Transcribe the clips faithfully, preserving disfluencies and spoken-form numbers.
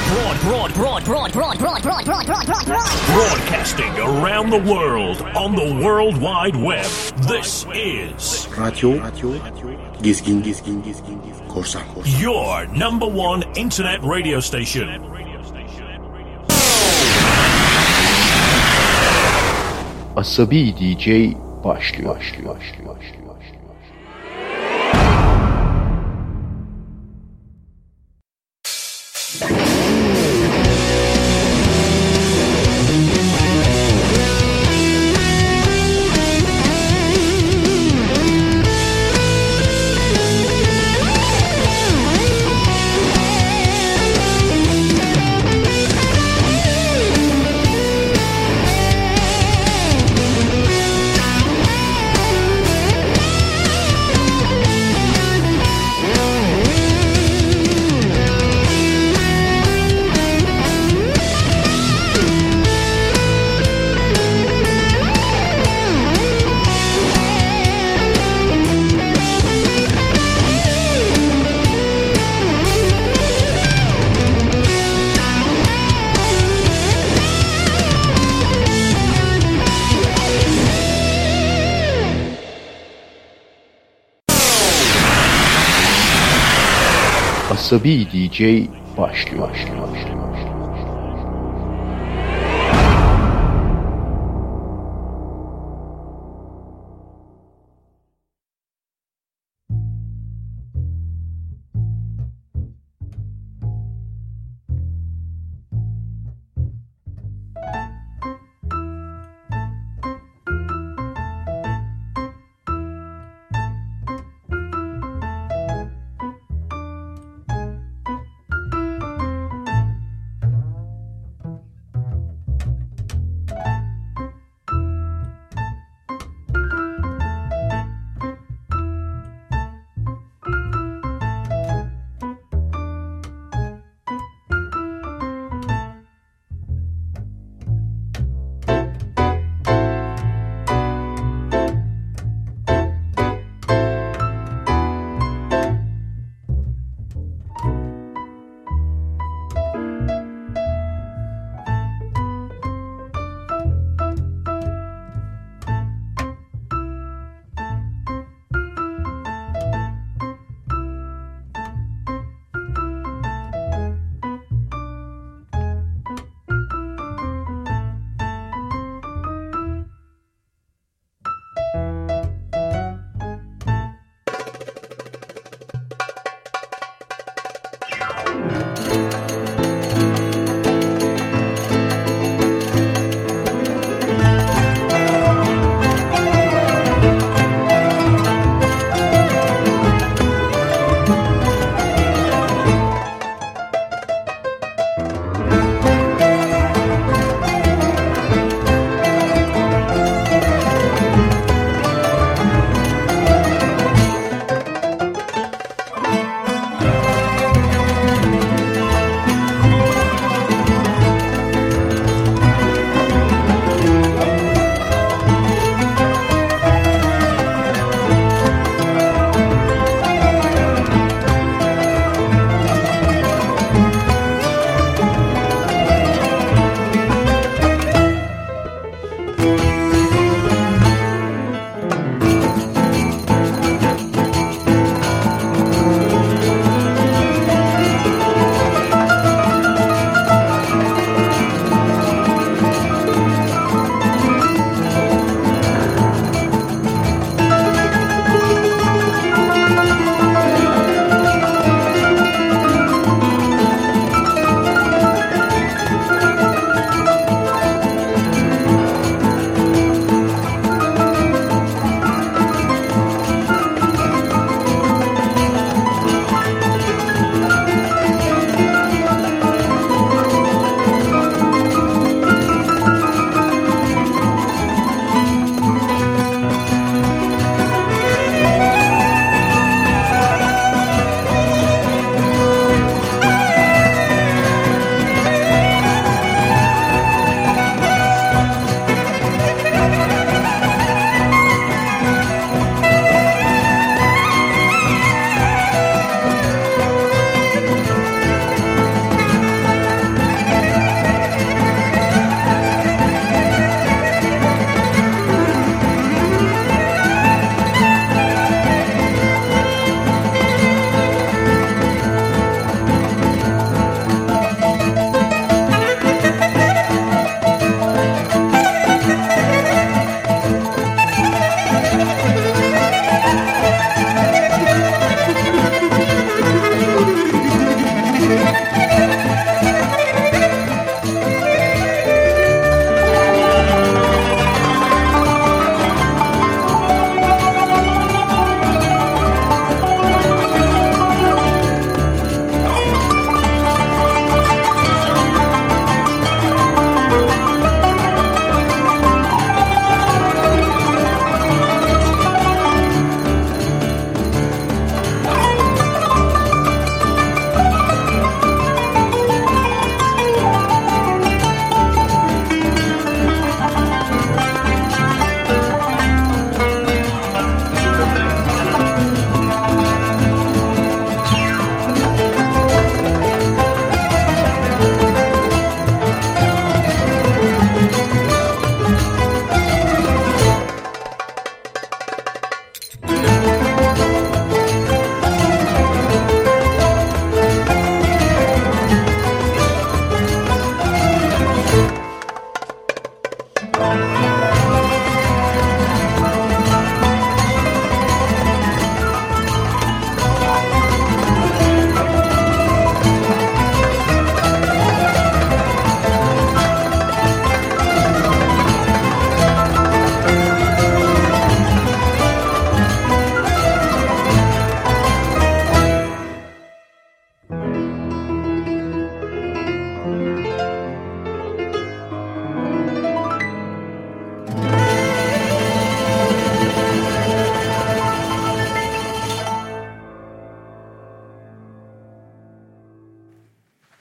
Broad, broad, broad, broad, broad, broad, broad, broad, broad, broad, broad. Broadcasting around the world on the World Wide Web. This is Radyo, Radyo, Gezgin, Gezgin, Gezgin, Korsan, Korsan. Your number one internet radio station. Asabi D J başlıyor, başlıyor, başlıyor, başlıyor. Asabi D J başlıyor, başlıyor, başlıyor.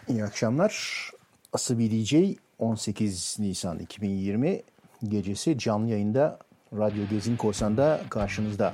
İyi akşamlar. Asabi D J on sekiz Nisan iki bin yirmi gecesi canlı yayında Radyo Gezin Korsan'da karşınızda.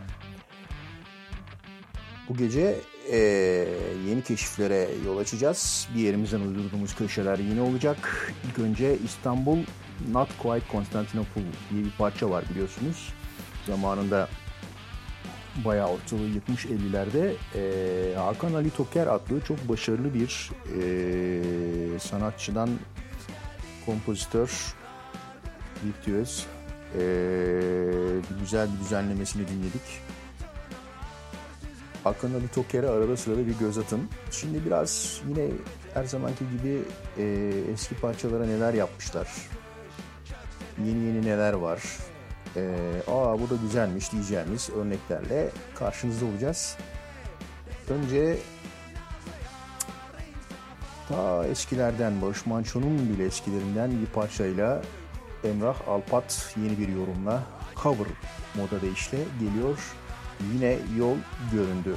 Bu gece e, yeni keşiflere yol açacağız. Bir yerimizden uydurduğumuz köşeler yine olacak. İlk önce İstanbul Not Quite Constantinople diye bir parça var biliyorsunuz. Zamanında bayağı ortalığı yıkmış ellilerde. E, Hakan Ali Toker adlı çok başarılı bir e, sanatçıdan kompozitör, virtüöz e, bir güzel bir düzenlemesini dinledik. Hakan Ali Toker'e arada sırada bir göz atın. Şimdi biraz yine her zamanki gibi e, eski parçalara neler yapmışlar, yeni yeni neler var, e, aa bu da güzelmiş diyeceğimiz örneklerle karşınızda olacağız. Önce ta eskilerden, Barış Manço'nun bile eskilerinden bir parçayla Emrah Alpat yeni bir yorumla cover moda değişle geliyor. Yine yol göründü.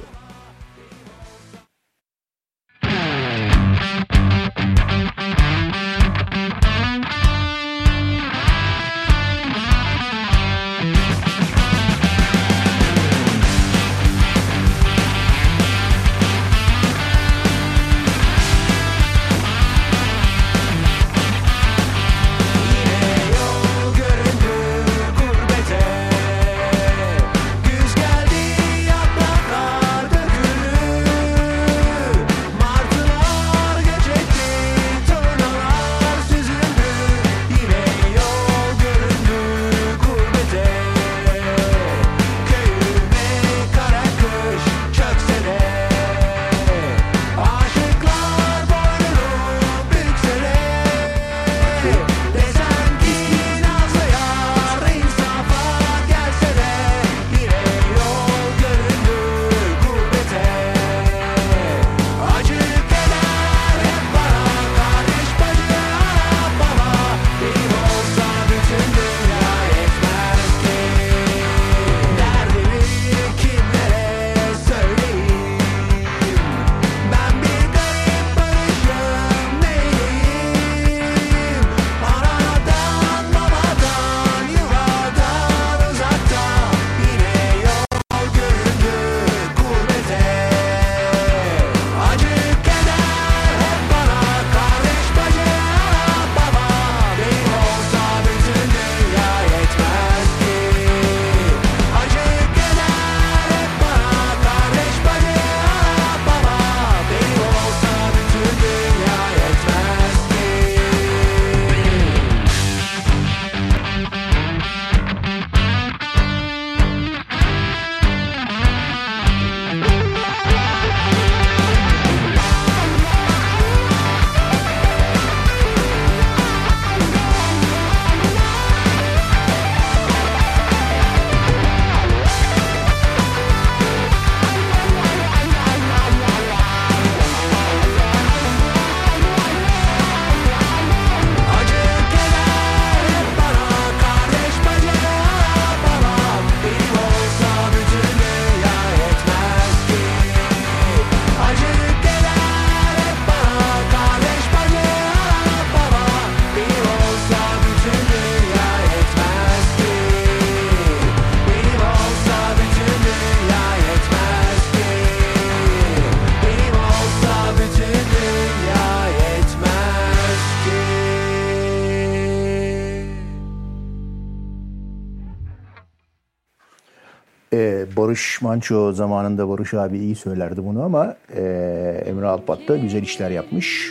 Barış Manço zamanında Barış abi iyi söylerdi bunu ama e, Emre Alpat da güzel işler yapmış.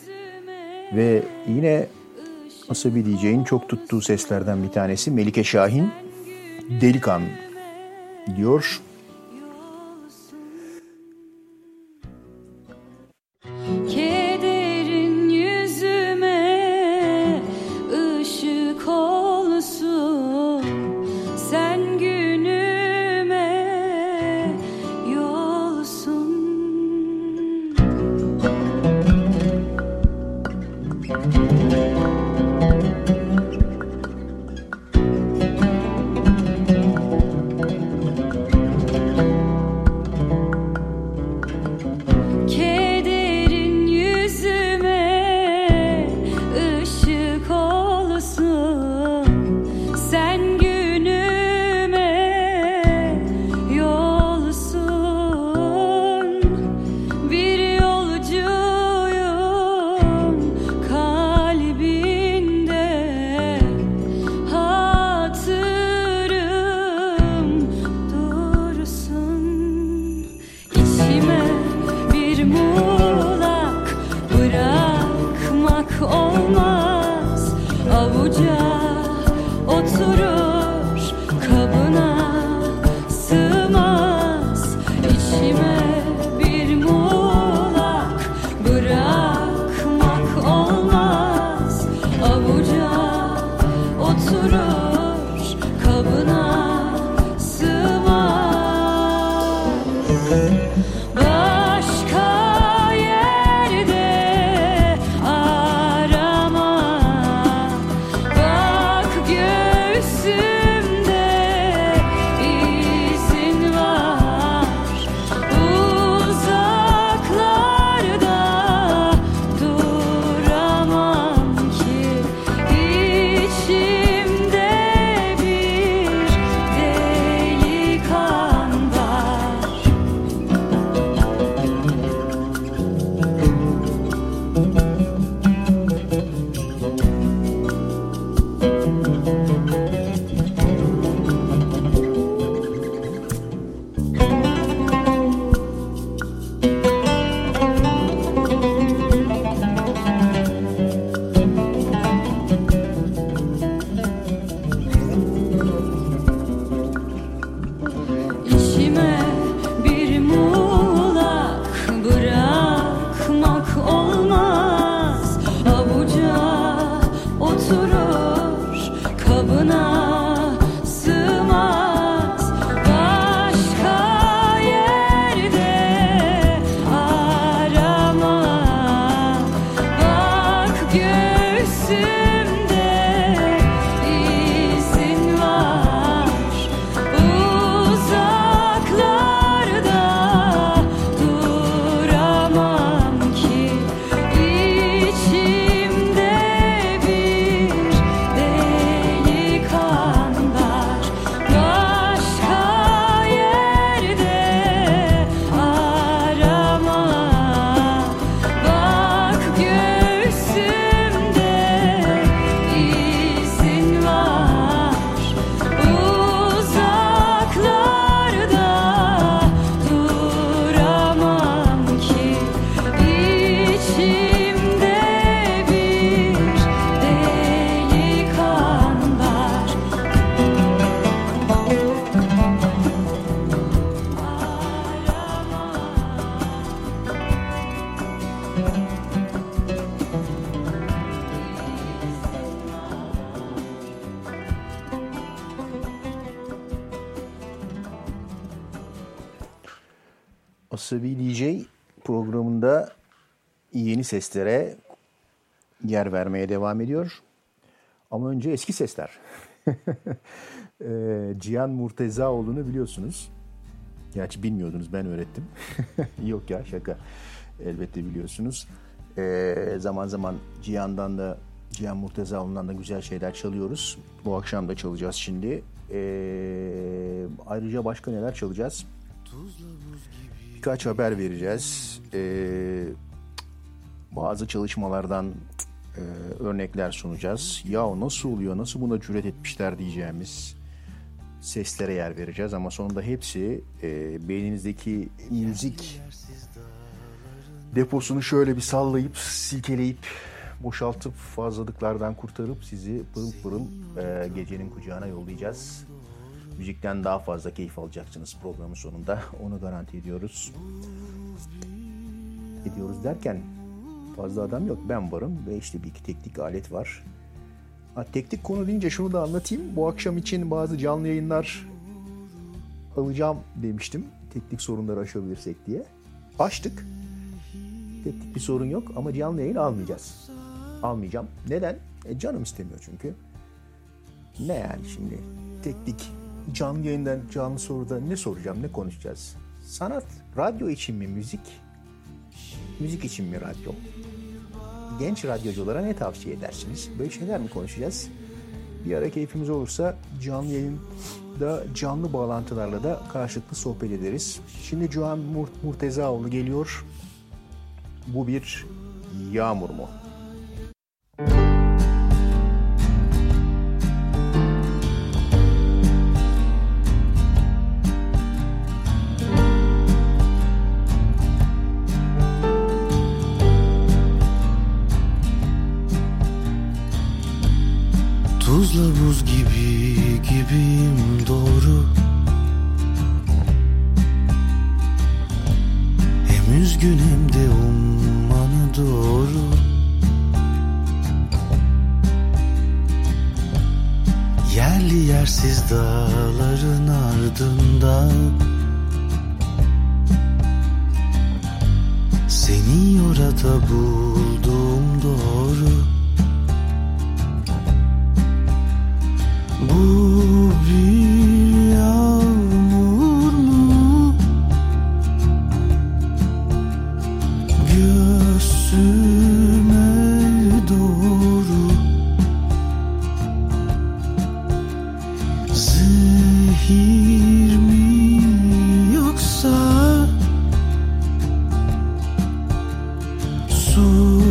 Ve yine Asabi D J'in çok tuttuğu seslerden bir tanesi Melike Şahin, Delikan diyor. Kederin yüzüme ışık olsun, sen günüme yolsun. Kederin yüzüme Asabi D J programında yeni seslere yer vermeye devam ediyor. Ama önce eski sesler. Cihan Murtezaoğlu'nu biliyorsunuz. Gerçi bilmiyordunuz, ben öğrettim. Yok ya, şaka. Elbette biliyorsunuz. Ee, zaman zaman Cihan'dan da, Cihan Murtezaoğlu'ndan da güzel şeyler çalıyoruz. Bu akşam da çalacağız şimdi. Ee, ayrıca başka neler çalacağız? Birkaç haber vereceğiz. Ee, bazı çalışmalardan e, örnekler sunacağız. Ya nasıl oluyor, nasıl buna cüret etmişler diyeceğimiz seslere yer vereceğiz. Ama sonunda hepsi e, beyninizdeki müzik deposunu şöyle bir sallayıp, silkeleyip, boşaltıp, fazlalıklardan kurtarıp sizi pırıl pırıl e, gecenin kucağına yollayacağız. Müzikten daha fazla keyif alacaksınız programın sonunda. Onu garanti ediyoruz. Ediyoruz derken fazla adam yok. Ben varım ve işte bir iki teknik alet var. Ha, teknik konu deyince şunu da anlatayım. Bu akşam için bazı canlı yayınlar alacağım demiştim. Teknik sorunları aşabilirsek diye. Açtık. Teknik bir sorun yok ama canlı yayın almayacağız. Almayacağım. Neden? E, canım istemiyor çünkü. Ne yani şimdi? Teknik canlı yayından, canlı soruda ne soracağım, ne konuşacağız? Sanat, radyo için mi müzik? Müzik için mi radyo? Genç radyoculara ne tavsiye edersiniz? Böyle şeyler mi konuşacağız? Bir ara keyfimiz olursa canlı yayında, canlı bağlantılarla da karşılıklı sohbet ederiz. Şimdi Cihan Murtezaoğlu geliyor. Bu bir yağmur mu? Tuzla buz gibi gibiyim doğru. Hem üzgün hem de ummanı doğru. Yerli yersiz dağların ardında seni orada buldum doğru. Bu bir yağmur mu? Göğsüme doğru. Zehir mi yoksa su?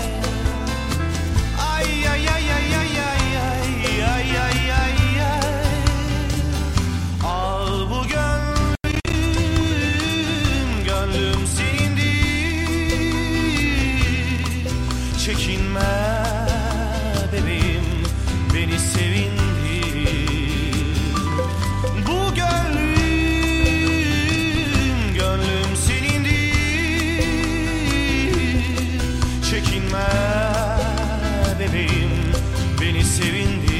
Ay ay ay ay ay ay ay ay ay ay ay. Al bu gönlüm, gönlüm senindir. Çekinme bebeğim, beni sevindir. Bu gönlüm, gönlüm senindir. Çekinme bebeğim, beni sevindir.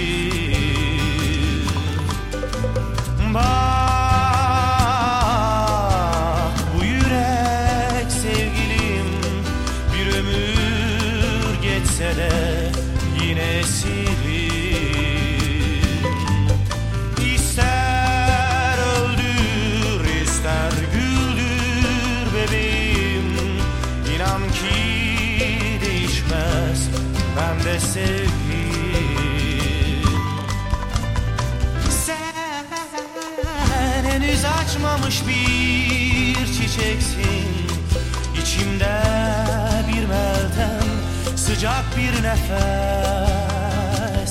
Bak bu yürek sevgilim, bir ömür geçse de yine esirim. İster öldür, ister güldür bebeğim. İnan ki değişmez bende sevgim. Sen henüz açmamış bir çiçeksin. İçimde bir meltem, sıcak bir nefes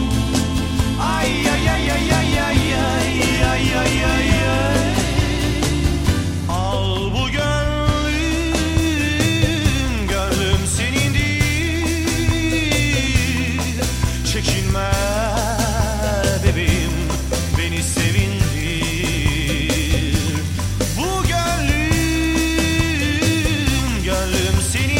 Ay ay ay ay ay ay ay ay ay ay. Al bu gönlüm, gönlüm senindir. Çekinme bebeğim, beni sevindir. Bu gönlüm, gönlüm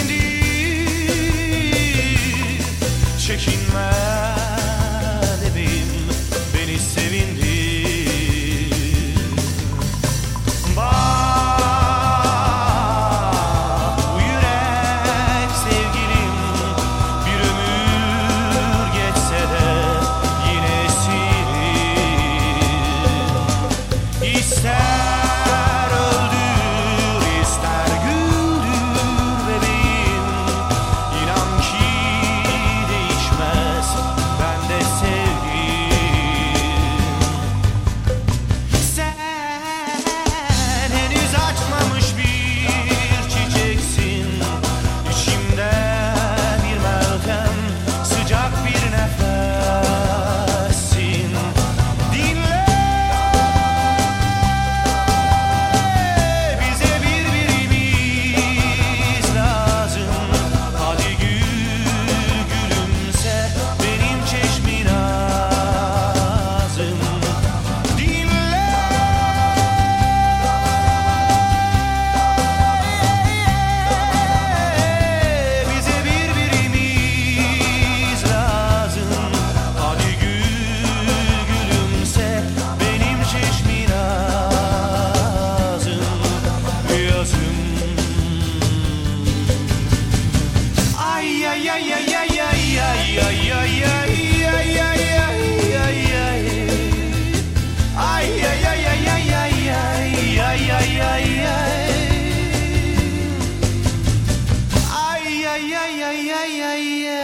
senindir. Çekinme bebeğim, beni sevindir. Bak bu yürek sevgilim, bir ömür geçse de yine esirir. İster öldür, ister güldür bebeğim. İnan ki değişmez, ben de sevdim. Sen henüz açmamış bir çiçeksin. İçimde bir meltem, sıcak bir nefessin. Dinle, bize birbirimiz lazım. Hadi gül gülümse, benim çeşmin ağzım. Dinle, bize birbirimiz lazım. Hadi gül gülümse, benim çeşmin ağzım. Yazım. Ay ay ay ay ay ay ay ay ay ay ay ay ay ay ay ay. Ay ay ay ay ay ay ay ay ay ay ay. Ay ay ay ay ay ay ay.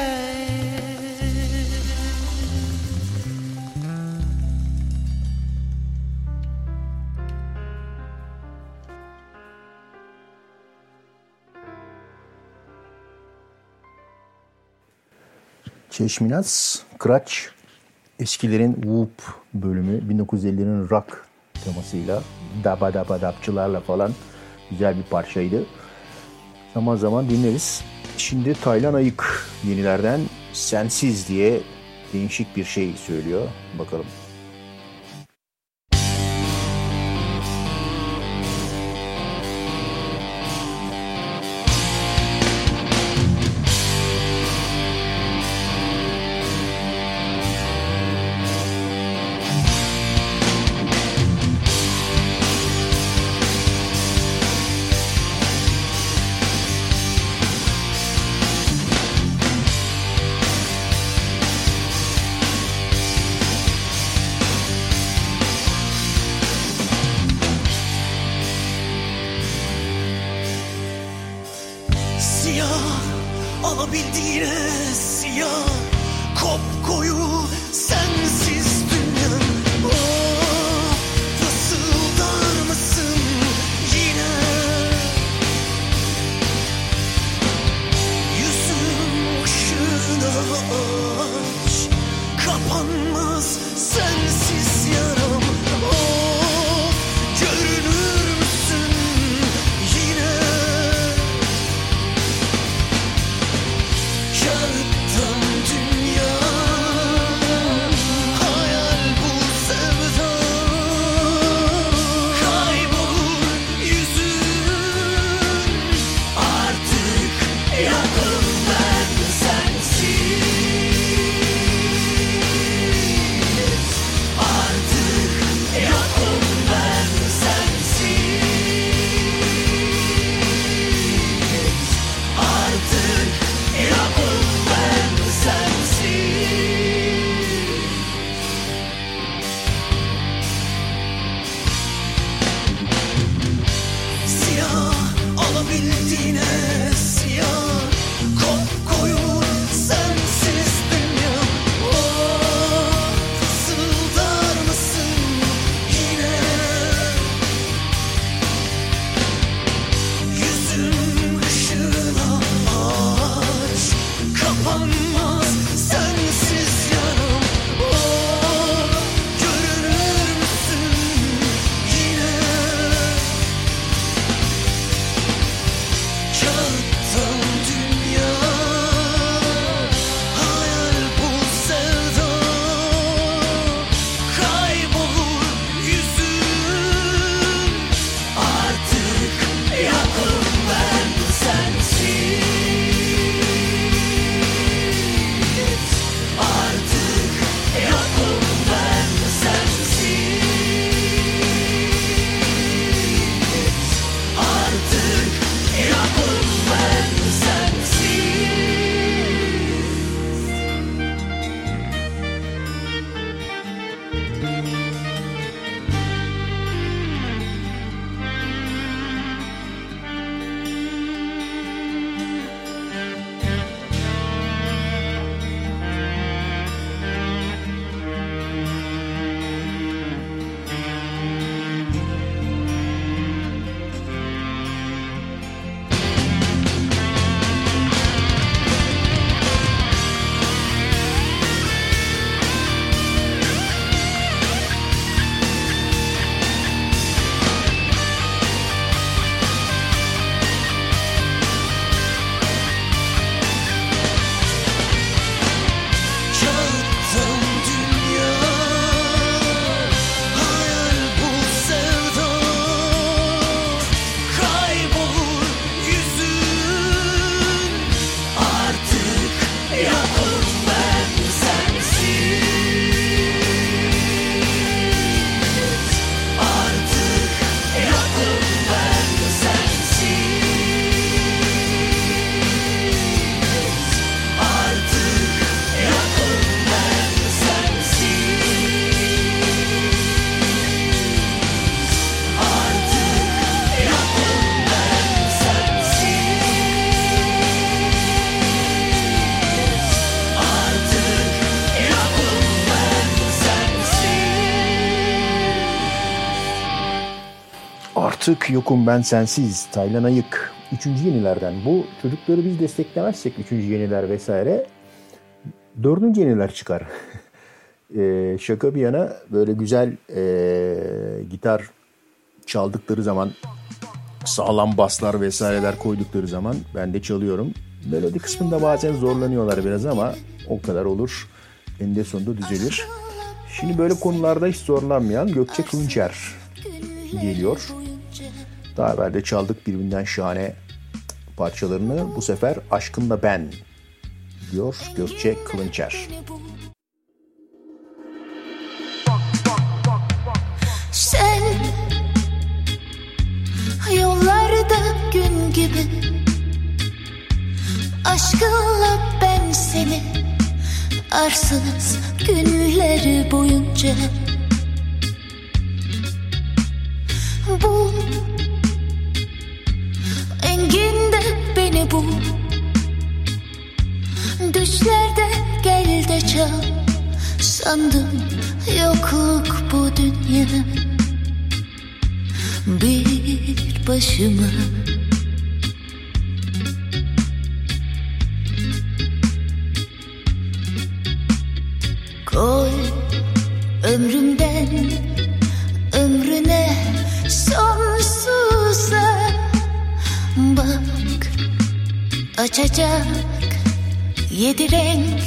Çeşminaz, Kıraç, eskilerin Whoop bölümü bin dokuz yüz ellilerin rock temasıyla, daba daba dapçılarla falan güzel bir parçaydı. Zaman zaman dinleriz. Şimdi Taylan Ayık yenilerden Sensiz diye değişik bir şey söylüyor. Bakalım. Siyah, alabildiğine siyah, kopkoyu sensiz dünya. Oh, fısıldar mısın yine? Yüzüm ışığına aç, kapanmaz sensiz yaram. Oh, görünür müsün yine? Kağıttan dünya Artık yokum ben sensiz. Taylan Ayık. Üçüncü yenilerden. Bu çocukları biz desteklemezsek üçüncü yeniler vesaire dördüncü yeniler çıkar. e, şaka bir yana böyle güzel e, gitar çaldıkları zaman, sağlam baslar vesaireler koydukları zaman ben de çalıyorum. Melodi kısmında bazen zorlanıyorlar biraz ama o kadar olur. Eninde sonunda düzelir. Şimdi böyle konularda hiç zorlanmayan Gökçe Kılınçer geliyor. Daha evvel de çaldık birbirinden şahane parçalarını. Bu sefer Aşkınla Ben diyor Gökçe Kılınçer. Sen yollarda gün gibi, aşkınla ben seni arsız günleri boyunca. Bu enginde beni bul, düşlerde gel de çal. Sandım yokluk bu dünya, bir başıma. Koy ömrümden ömrüne sonsuza, bak açacak yedi renk.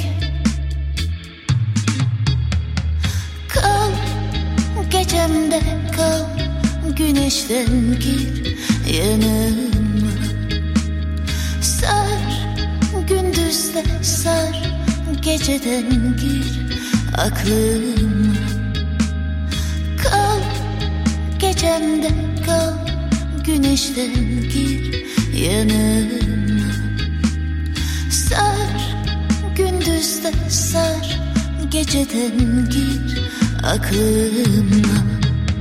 Kal gecemde kal, güneşten gir yanıma. Sar gündüzde sar, geceden gir aklıma. Kal gecemde kal, güneşten gir yanıma. Sar gündüzde sar, geceden gir aklıma.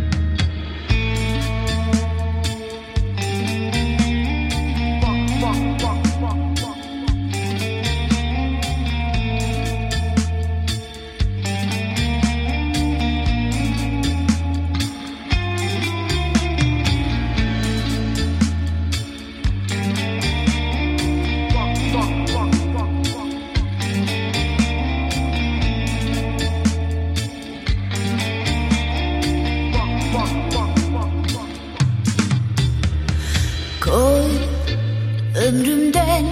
Koy ömrümden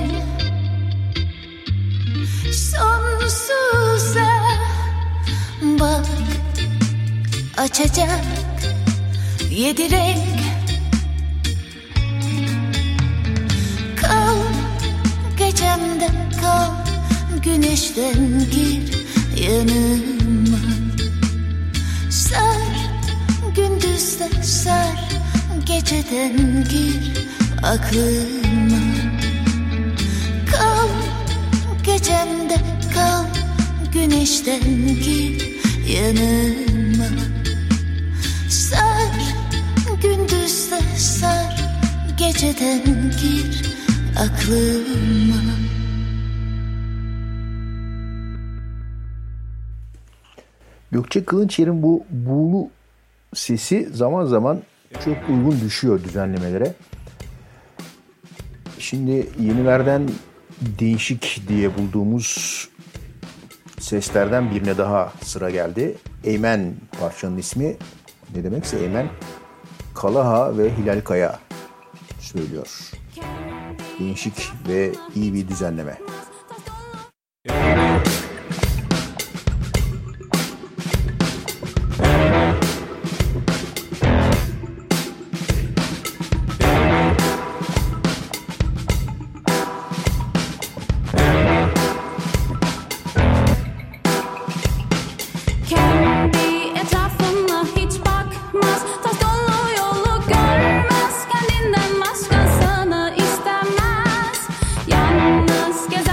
sonsuza, bak açacak yedi renk. Kal gecemde kal, güneşten gir yanıma. Sar gündüzde sar, geceden gir aklıma. Kal gecemde kal, güneşten gir yanıma. Sar gündüzde sar, geceden gir aklıma. Gökçe Kılınçer'in bu buğulu sesi zaman zaman çok uygun düşüyor düzenlemelere. Şimdi yenilerden değişik diye bulduğumuz seslerden birine daha sıra geldi. Eymen parçanın ismi. Ne demekse Eymen. Kalaha ve Hilal Kaya söylüyor. Değişik ve iyi bir düzenleme. Yalnız gez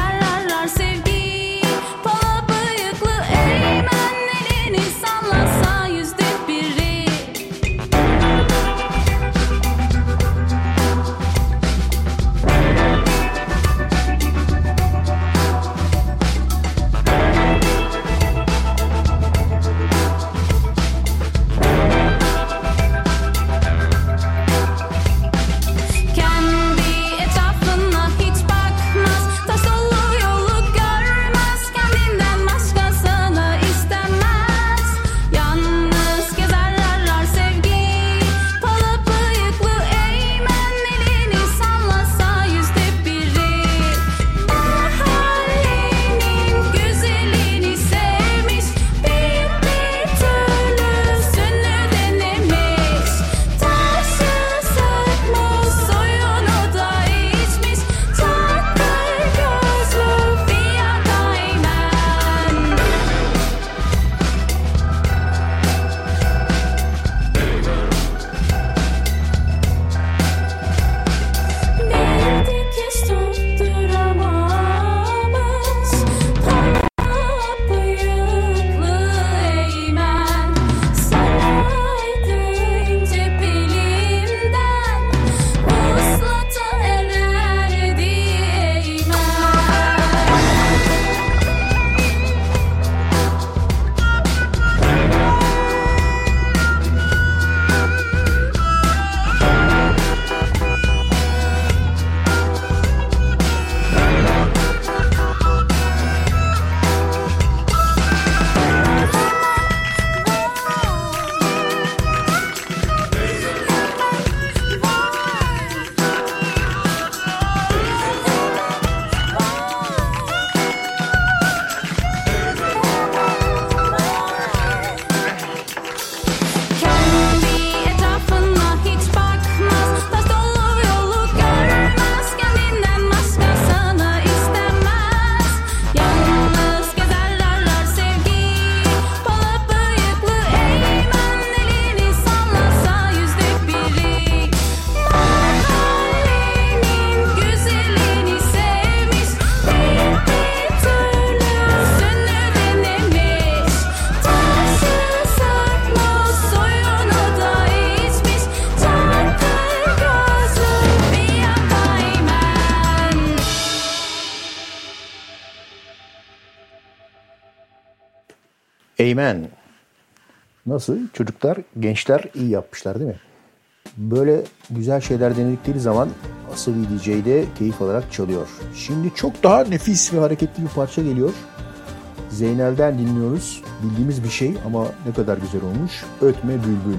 Amen. Nasıl? Çocuklar, gençler iyi yapmışlar değil mi? Böyle güzel şeyler denedikleri zaman Asabi D J de keyif alarak çalıyor. Şimdi çok daha nefis ve hareketli bir parça geliyor. Zeynel'den dinliyoruz. Bildiğimiz bir şey ama ne kadar güzel olmuş. Ötme Bülbül.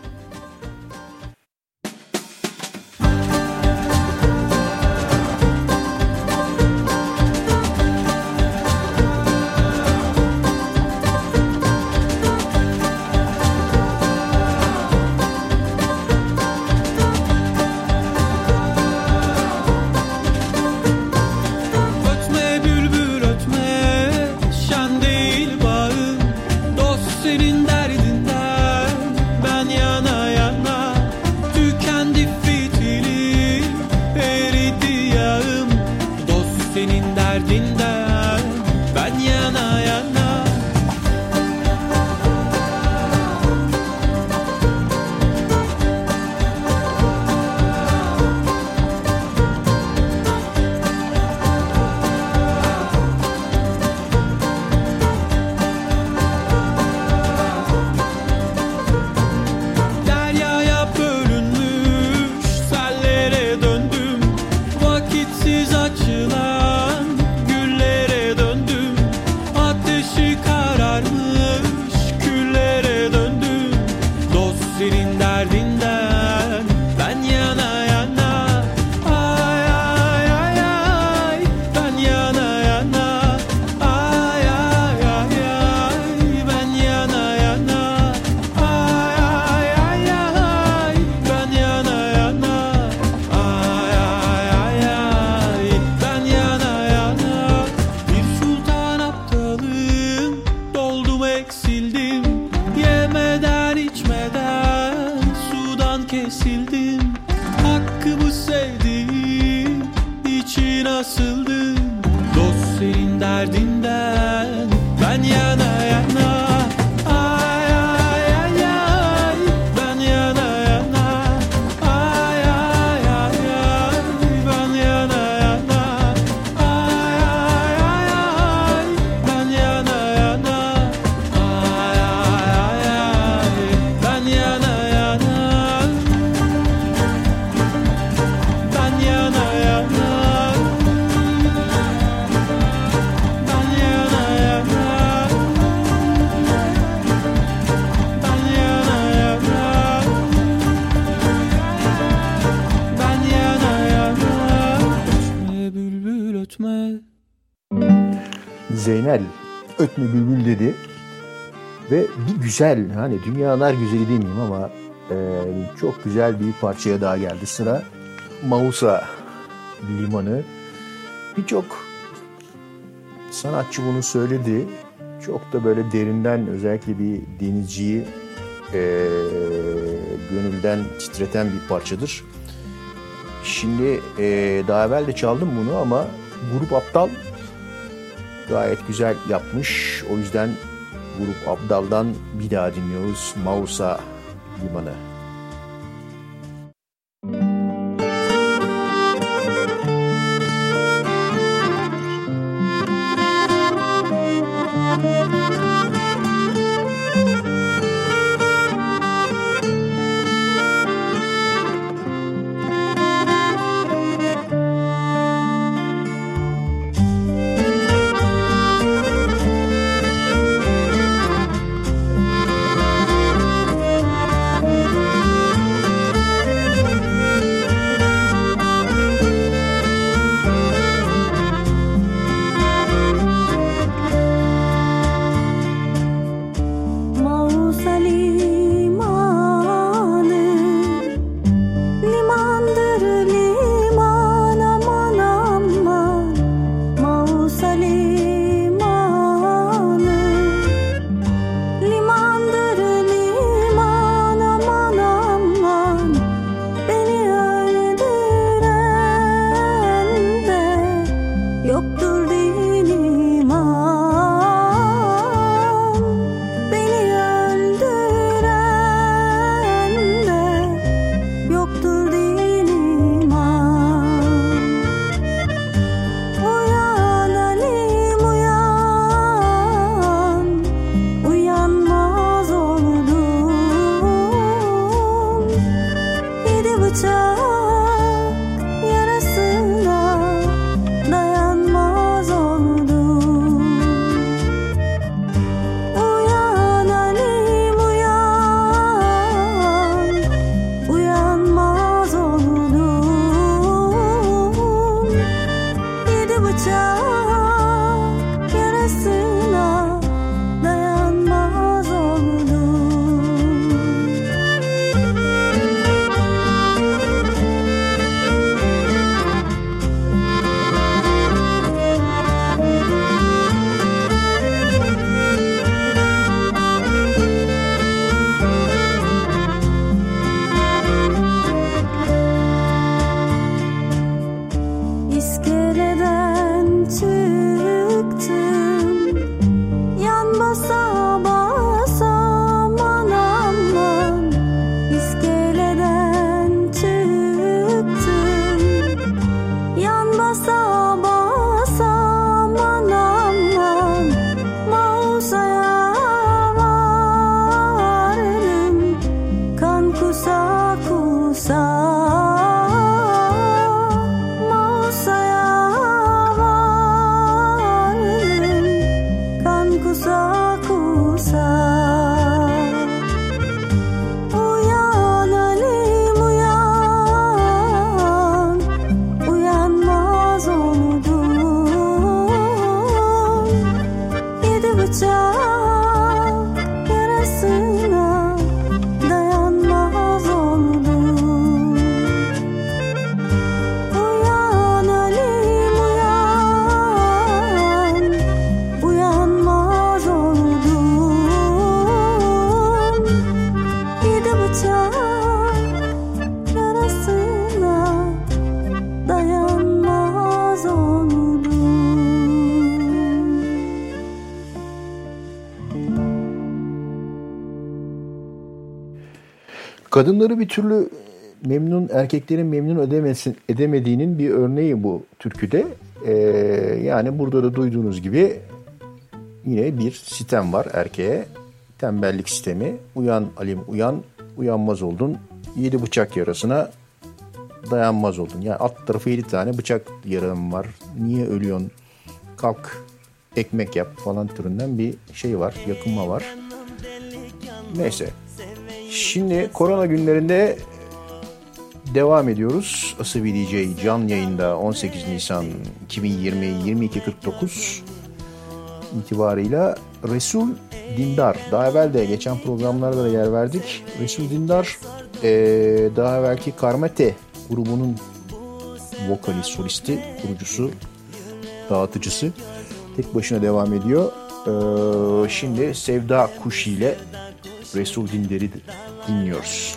Zeynel ötme bülbül dedi ve bir güzel, hani dünyalar güzeli demeyeyim ama e, çok güzel bir parçaya daha geldi sıra. Mausa Limanı. Birçok sanatçı bunu söyledi. Çok da böyle derinden, özellikle bir denizciyi e, gönülden titreten bir parçadır. Şimdi e, daha evvel de çaldım bunu ama Grup Aptal gayet güzel yapmış. O yüzden Grup Aptal'dan bir daha dinliyoruz. Mausa Limanı. Müzik can yarasına dayanmaz oldum. Kadınları bir türlü memnun, erkeklerin memnun edemesin, edemediğinin bir örneği bu türküde. Ee, yani burada da duyduğunuz gibi yine bir sitem var erkeğe. Tembellik sistemi. Uyan Alim uyan, uyanmaz oldun. Yedi bıçak yarasına dayanmaz oldun. Yani alt tarafı yedi tane bıçak yaram var. Niye ölüyorsun? Kalk ekmek yap falan türünden bir şey var. Yakınma var. Neyse. Şimdi korona günlerinde devam ediyoruz. Asabi D J canlı yayında on sekiz Nisan iki bin yirmi yirmi iki kırk dokuz itibarıyla Resul Dindar. Daha evvel de geçen programlarda da yer verdik. Resul Dindar ee, daha evvelki Karmate grubunun vokali, solisti, kurucusu, dağıtıcısı. Tek başına devam ediyor. Ee, şimdi Sevda Kuşi ile Resul Dindar'ı dinliyoruz.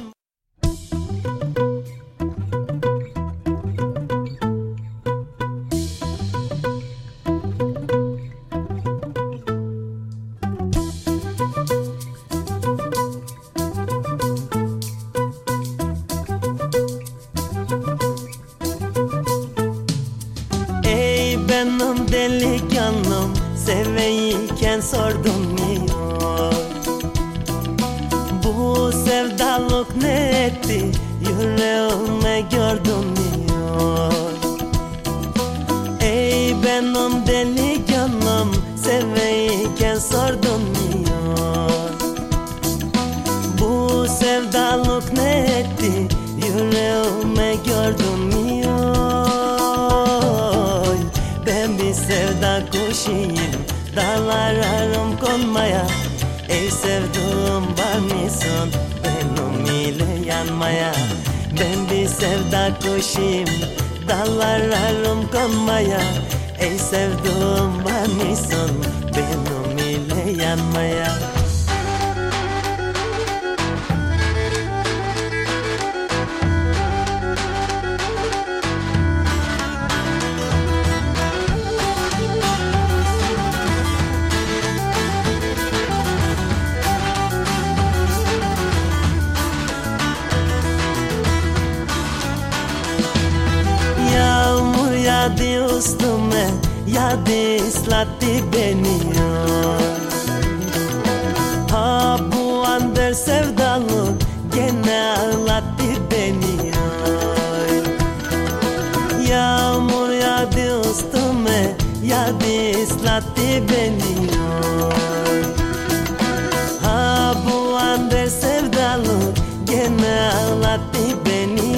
Ey benim delikanlım, seveyken sordum niye? Bu sevdalık ne etti, yüreğime gördüm niye? Ey benim delikanlım, seveyken sordum niye? Bu sevdalık ne etti, yüreğime gördüm niye? Ben bir sevda kuşuyum, dağlarım konmaya. Ey sevduğum var mısın benim ile yanmaya? Ben bir sevda kuşuyum, dallarım konmaya. Ey sevduğum var mısın benim ile yanmaya? Yağdı üstüme, yağdı ıslattı beni. Ha bu andır sevdalık gene ağlattı beni. Yağmur yağdı üstüme, yağdı ıslattı beni. Ha bu andır sevdalık gene ağlattı beni.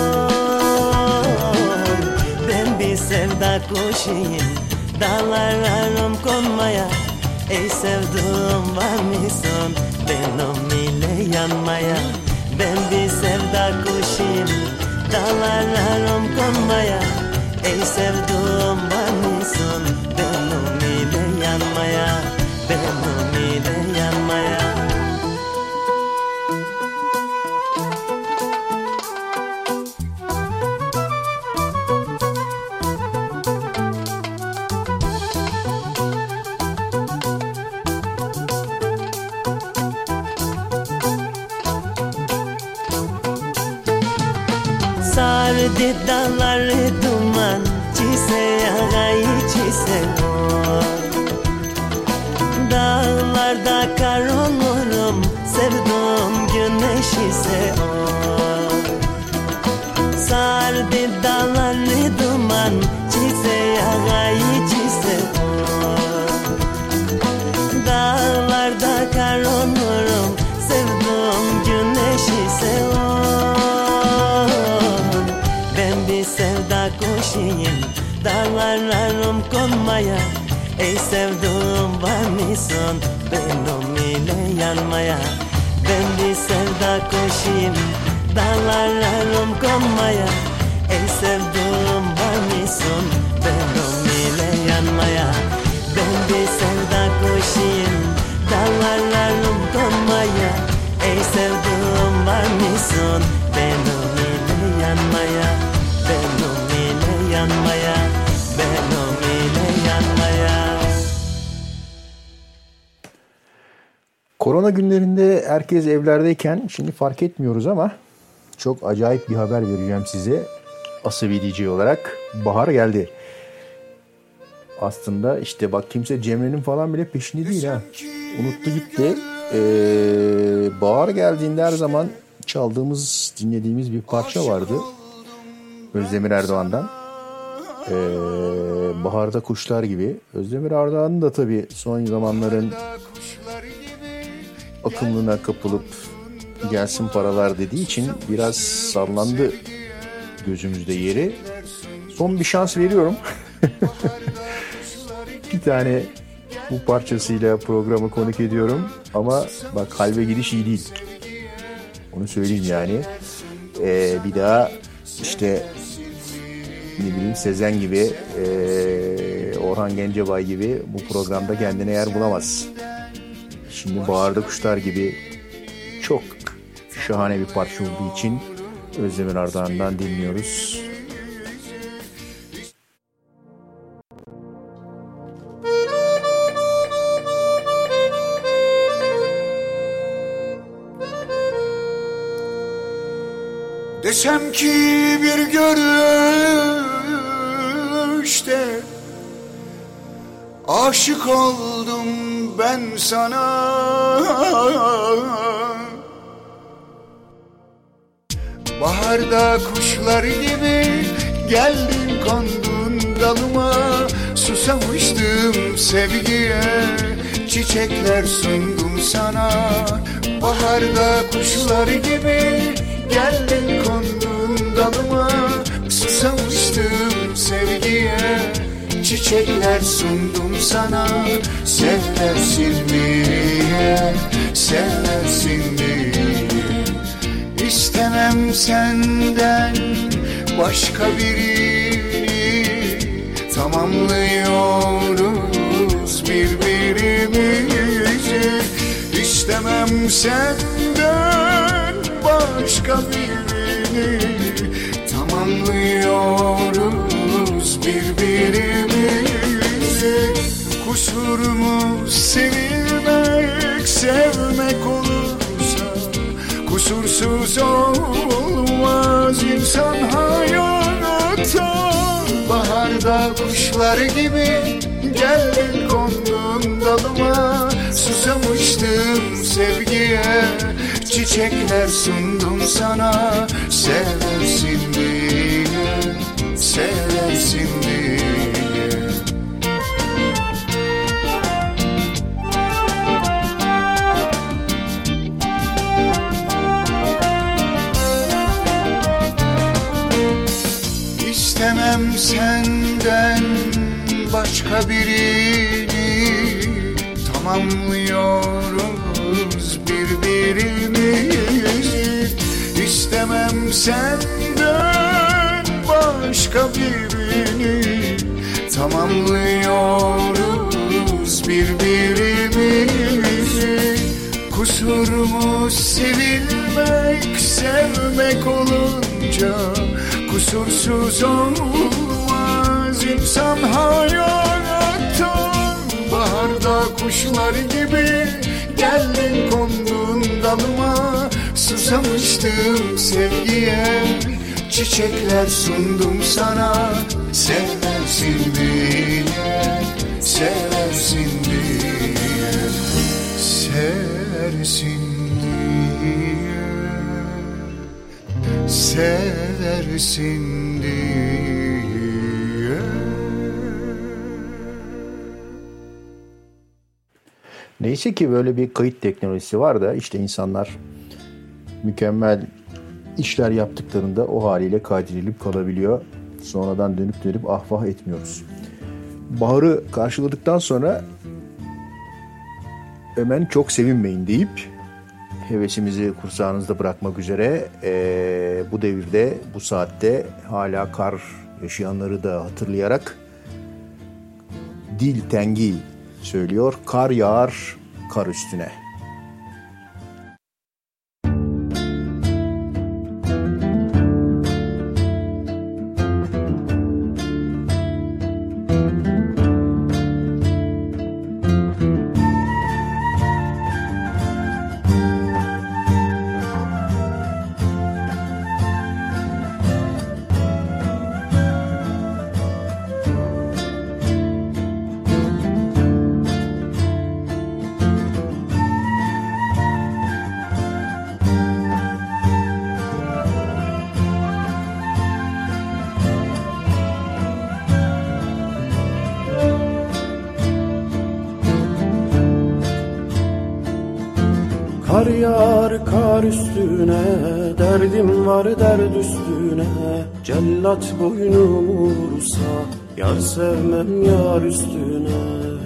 Sevda kuşuyum, dağlarım konmaya. Ey sevduğum var mısın benim ile yanmaya? Ben bir sevda kuşuyum, dağlarım konmaya. Ey sevduğum var mısın benim ile yanmaya? Benim ile yanmaya. Sardı dağları duman, çise yağayı çise o. Dağlarda kar olurum, sevduğum güneş ise o. Sardı dağları duman, çise yağayı çise o. Dağlarda kar olurum, sevduğum güneş ise o. Sevda kuşuyum, dağlarım konmaya. Ey sevduğum var mısın benim ile yanmaya? Ben bir sevda kuşuyum, dağlarım konmaya. Ey sevduğum var mısın benim ile yanmaya? Ben bir sevda kuşuyum, dağlarım konmaya. Ey sevduğum varmışsın benim ile yanmaya, benim ile yanmaya, benim ile yanmaya. Korona günlerinde herkes evlerdeyken şimdi fark etmiyoruz ama çok acayip bir haber vereceğim size. Asabi D J olarak bahar geldi. Aslında işte bak kimse Cemre'nin falan bile peşinde değil ha. Unuttu gitti. Ee, bahar geldiğinde her zaman çaldığımız, dinlediğimiz bir parça vardı. Özdemir Erdoğan'dan. Ee, Baharda Kuşlar Gibi. Özdemir Erdoğan'ın da tabii son zamanların akımlığına kapılıp gelsin paralar dediği için biraz sallandı gözümüzde yeri. Son bir şans veriyorum. Bir tane bu parçasıyla programı konuk ediyorum. Ama bak hal ve gidiş iyi değil. Onu söyleyeyim yani. Ee, bir daha işte ne bileyim Sezen gibi, e, Orhan Gencebay gibi bu programda kendine yer bulamaz. Şimdi Baharda Kuşlar Gibi çok şahane bir parça olduğu için Özdemir Erdoğan'dan dinliyoruz. Desem ki bir görüşte aşık oldum ben sana, baharda kuşlar gibi geldin kondun dalıma, susamıştım sevgiye, çiçekler sundum sana. Baharda kuşlar gibi geldin kondun dalıma, susamıştım sevgiye, çiçekler sundum sana. Seversin diye, seversin diye, İstemem senden başka birini, tamamlıyoruz birbirimizi. İstemem senden başka birini, tamamlıyoruz birbirimizi. Kusurmu sevilmek, sevmek olursa, kusursuz olmaz insan hayatta. Baharda kuşlar gibi geldin kondun dalıma, susamıştım sevgiye, çiçekler sundum sana. Seversin diye, seversin diye. İstemem senden başka birini, tamamlıyoruz birbirimizi. İstemem senden başka birini, tamamlıyoruz birbirimizi. Kusurumuz sevilmek, sevmek olunca, kusursuz olmaz insan hayatta. Baharda kuşlar gibi geldin kondun dalıma, susamıştım sevgiye, çiçekler sundum sana. Seversin diye, seversin diye, seversin diye, seversin diye. Neyse ki böyle bir kayıt teknolojisi var da işte insanlar mükemmel işler yaptıklarında o haliyle kaydedilip kalabiliyor. Sonradan dönüp dönüp ah vah etmiyoruz. Baharı karşıladıktan sonra hemen çok sevinmeyin deyip hevesimizi kursağınızda bırakmak üzere ee, bu devirde, bu saatte hala kar yaşayanları da hatırlayarak Dil Tengi söylüyor. Kar yağar kar üstüne. yağar kar üstüne, derdim var derd üstüne. Cellat boynumu vursa, yar sevmem yar üstüne.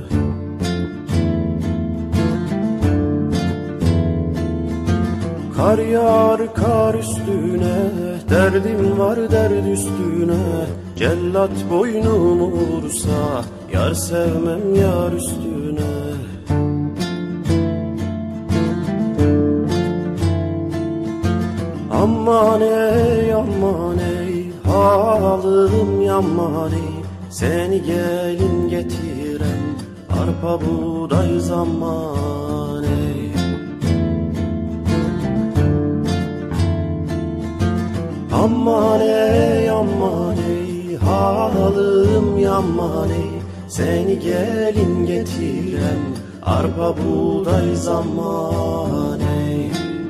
Kar yağar kar üstüne, derdim var derd üstüne. Cellat boynumu vursa, yar sevmem yar üstüne. Aman ey aman ey, halım yaman ey. Seni gelin getiren, arpa buğday zaman ey. Aman ey aman ey, halım yaman ey. Seni gelin getiren, arpa buğday zaman ey.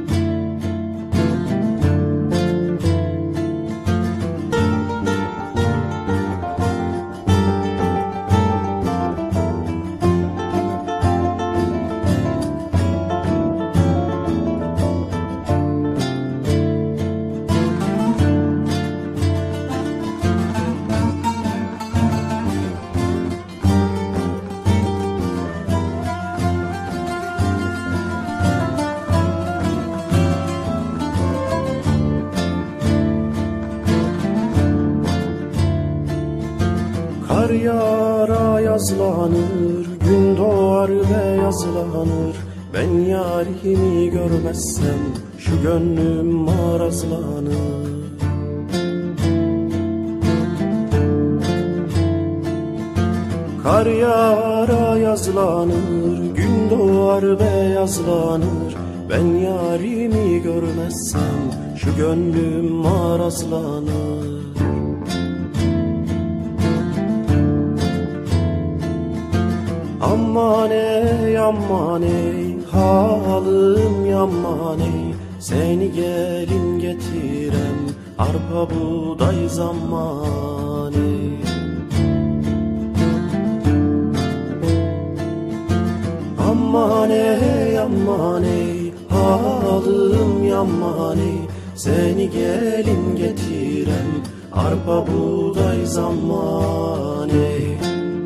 Kar yağar yazlanır, gün doğar ve yazlanır. Ben yarimi görmezsem şu gönlüm marazlanır. Kar yağar yazlanır, gün doğar ve yazlanır. Ben yarimi görmezsem şu gönlüm marazlanır. Aman ey aman ey, halım yaman ey. Seni gelin getiren, arpa buğday zaman ey. Aman ey aman ey, halım yaman ey. Seni gelin getiren, arpa buğday zaman ey.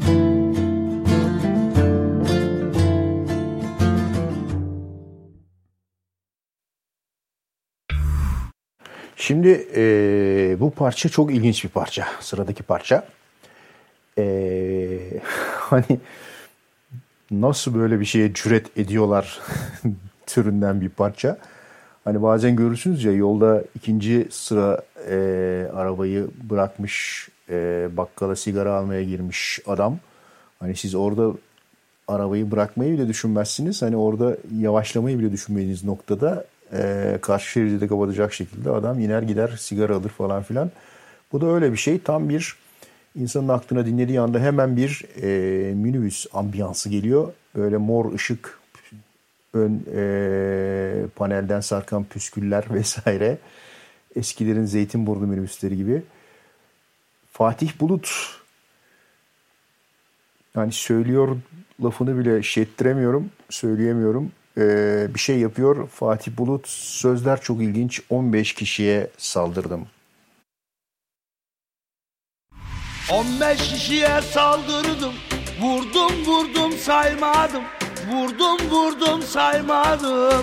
Şimdi e, bu parça çok ilginç bir parça. Sıradaki parça. E, hani nasıl böyle bir şeye cüret ediyorlar türünden bir parça. Hani bazen görürsünüz ya, yolda ikinci sıra e, arabayı bırakmış, e, bakkala sigara almaya girmiş adam. Hani siz orada arabayı bırakmayı bile düşünmezsiniz. Hani orada yavaşlamayı bile düşünmediğiniz noktada e, karşı şeridi de kapatacak şekilde adam iner gider sigara alır falan filan. Bu da öyle bir şey. Tam bir insanın aklına dinlediği anda hemen bir e, minibüs ambiyansı geliyor. Böyle mor ışık, ön e, panelden sarkan püsküller vesaire. Eskilerin Zeytinburnu minibüsleri gibi. Fatih Bulut, yani söylüyor lafını bile şettiremiyorum, söyleyemiyorum. Ee, bir şey yapıyor Fatih Bulut. Sözler çok ilginç. on beş kişiye saldırdım. on beş kişiye saldırdım. Vurdum vurdum saymadım. Vurdum vurdum saymadım.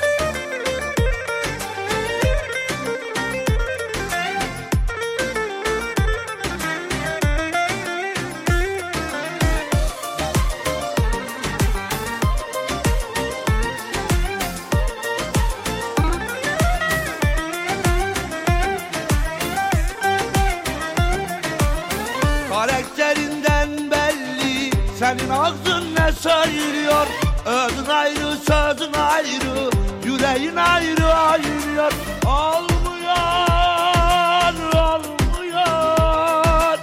Karakterinden belli, senin ağzın ne söylüyor? Ödün ayrı, sözün ayrı, yüreğin ayrı ayırıyor. Olmuyor, olmuyor,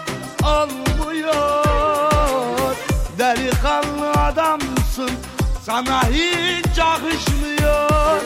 olmuyor. Delikanlı adamsın, sana hiç yakışmıyor.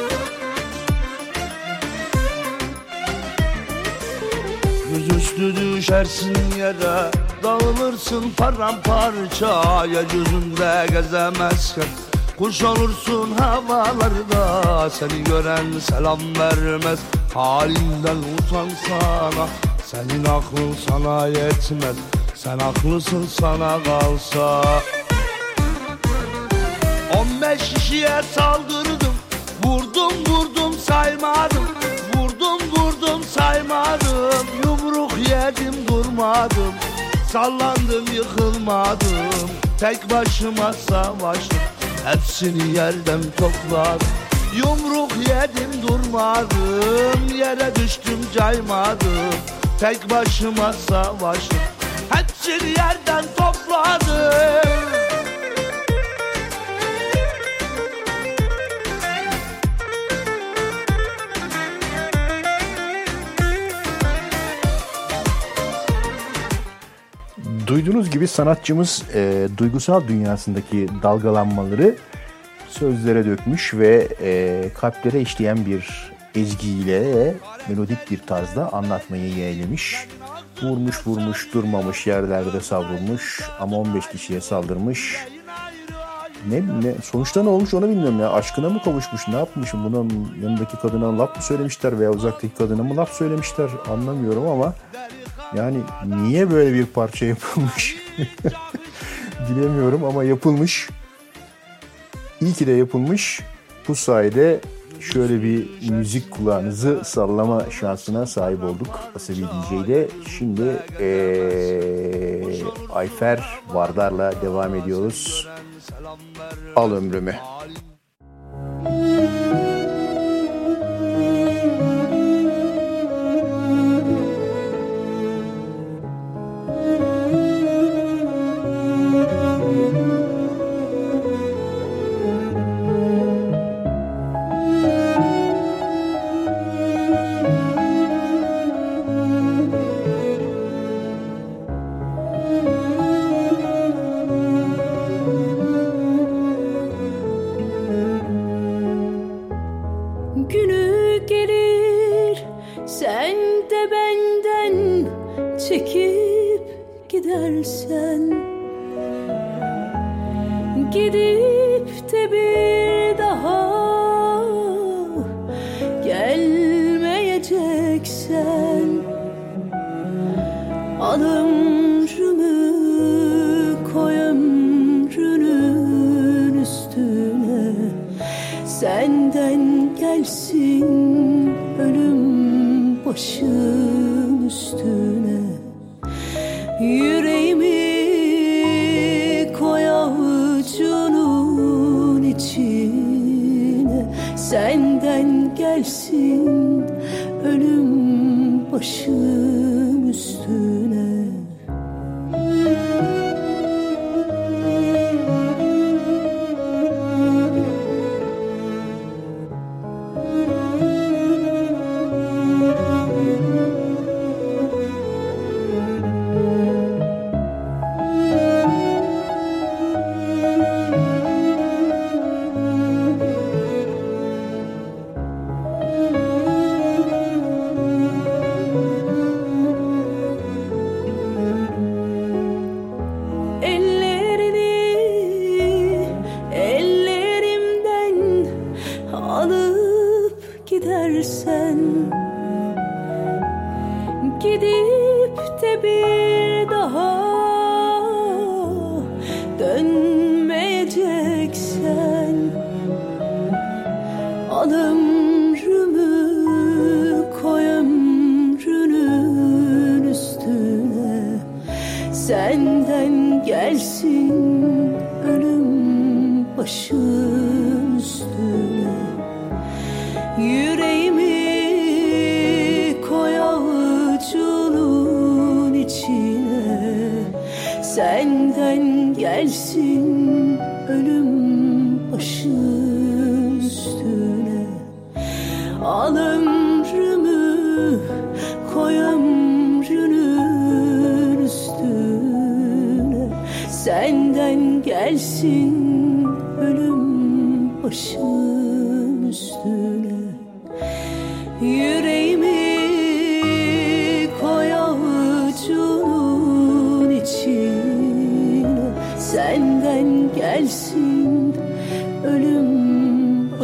Yüzüstü düşersin yere, dağılırsın paramparça. Yeryüzünde gezemezken Kuş olursun havalarda, seni gören selam vermez. Halinden utansana, senin aklın sana yetmez. Sen haklısın sana kalsa. On beş kişiye saldırdım, vurdum vurdum saymadım. Vurdum vurdum saymadım, yumruk yedim durmadım. Sallandım yıkılmadım, tek başıma savaştım. Hepsini yerden topladım, yumruk yedim durmadım. Yere düştüm caymadım, tek başıma savaştım. Hepsini yerden topladım. Duyduğunuz gibi sanatçımız e, duygusal dünyasındaki dalgalanmaları sözlere dökmüş ve e, kalplere işleyen bir ezgiyle melodik bir tarzda anlatmayı yeğlemiş. Vurmuş vurmuş durmamış, yerlerde savrulmuş ama on beş kişiye saldırmış. Ne, ne sonuçta ne olmuş onu bilmiyorum ya. Aşkına mı kavuşmuş, ne yapmış? Bunun yanındaki kadına laf mı söylemişler veya uzaktaki kadına mı laf söylemişler anlamıyorum ama yani niye böyle bir parça yapılmış bilemiyorum ama yapılmış. İyi ki de yapılmış. Bu sayede şöyle bir müzik kulağınızı sallama şansına sahip olduk Asabi D J'de. Şimdi ee, Ayfer Vardar'la devam ediyoruz. Al ömrümü.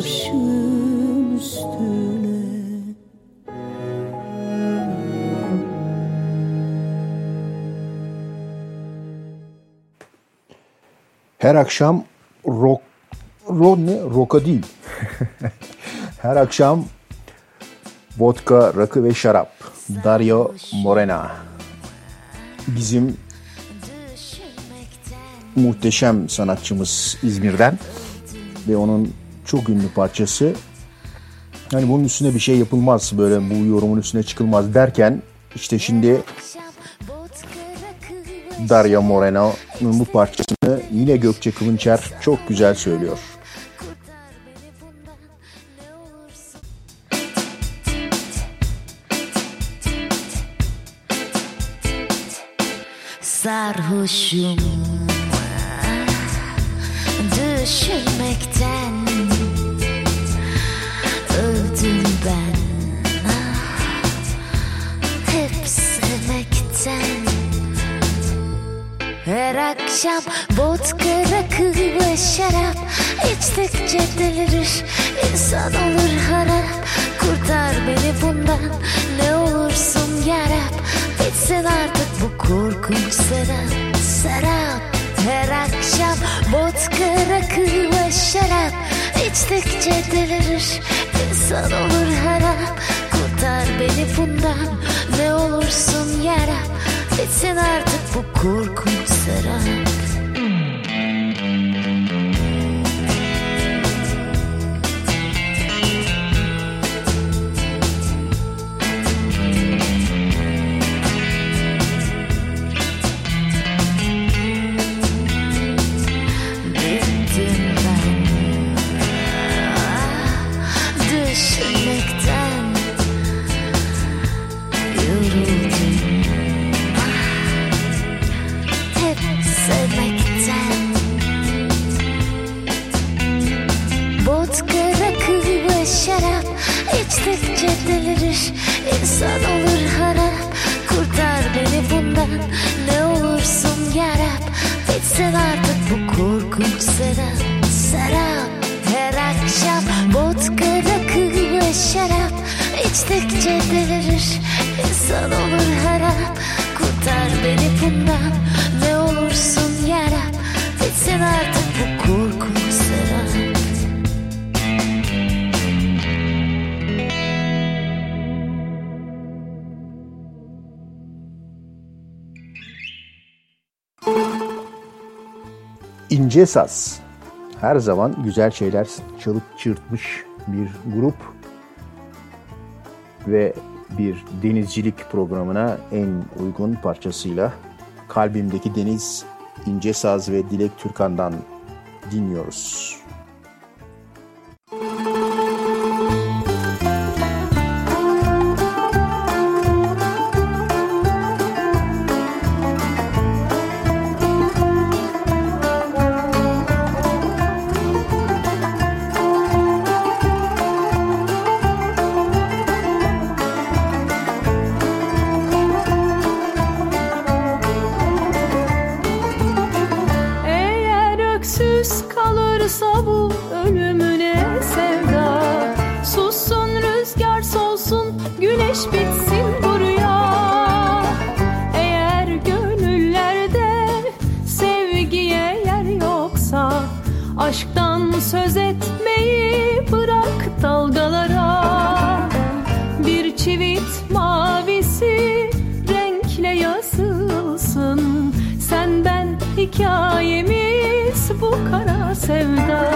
başım üstüne. Her akşam rock, rock ne? Rock'a değil. Her akşam vodka, rakı ve şarap. Dario Moreno. Bizim muhteşem sanatçımız İzmir'den ve onun çok ünlü parçası. Hani bunun üstüne bir şey yapılmaz, böyle bu yorumun üstüne çıkılmaz derken işte şimdi Dario Moreno'nun bu parçasını yine Gökçe Kılınçer çok güzel söylüyor. Sarhoşum düşünmekten, öldüm ben hep sevmekten. Her akşam vodka, rakı ve şarap içtikçe delirir, insan olur harap. Kurtar beni bundan, ne olursun yarab. Bitsin artık bu korkunç serap, serap. Her akşam vodka, rakı ve şarap içtikçe delirir, insan olur harap. Kurtar beni bundan, ne olursun yarab. Bitsin artık bu korkunç serap. İçtikçe delirir, insan olur harap. Kurtar beni bundan, ne olursun yarab. Bitsin artık bu korkunç serap, serap. Her akşam vodka, rakı ve şarap içtikçe delirir, insan olur harap. Kurtar beni bundan, ne olursun yarab. Bitsin artık bu korkunç serap. İnce Saz. Her zaman güzel şeyler çalıp çırpmış bir grup ve bir denizcilik programına en uygun parçasıyla Kalbimdeki Deniz, İnce Saz ve Dilek Türkan'dan dinliyoruz. Bu ölümüne sevda, sussun rüzgar, solsun güneş, bitsin bu rüya. Eğer gönüllerde sevgiye yer yoksa, aşktan söz etmeyi bırak dalgalara. Bir çivit mavisi renkle yazılsın, sen ben hikayemiz bu kara sevda.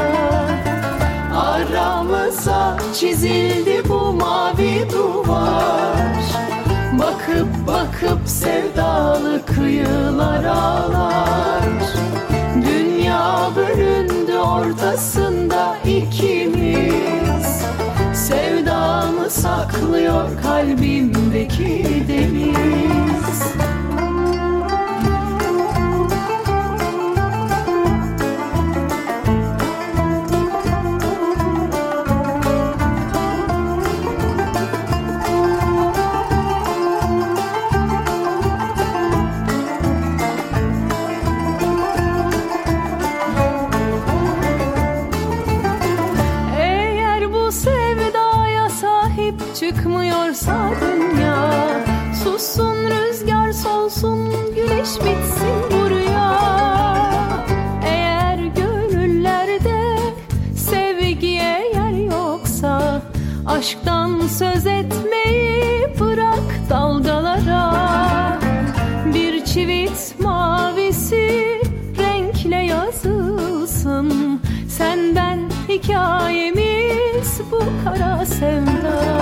Aramıza çizildi bu mavi duvar, bakıp bakıp sevdalı kıyılar ağlar. Dünya bölündü ortasında ikimiz, sevdamı saklıyor kalbimdeki deniz. Eğer varsa dünya. Sussun rüzgar, solsun güneş, bitsin bu rüya. Eğer gönüllerde sevgiye yer yoksa, aşktan söz etmeyi bırak dalgalara. Bir çivit mavisi renkle yazılsın, sen ben hikayemiz bu kara sevda.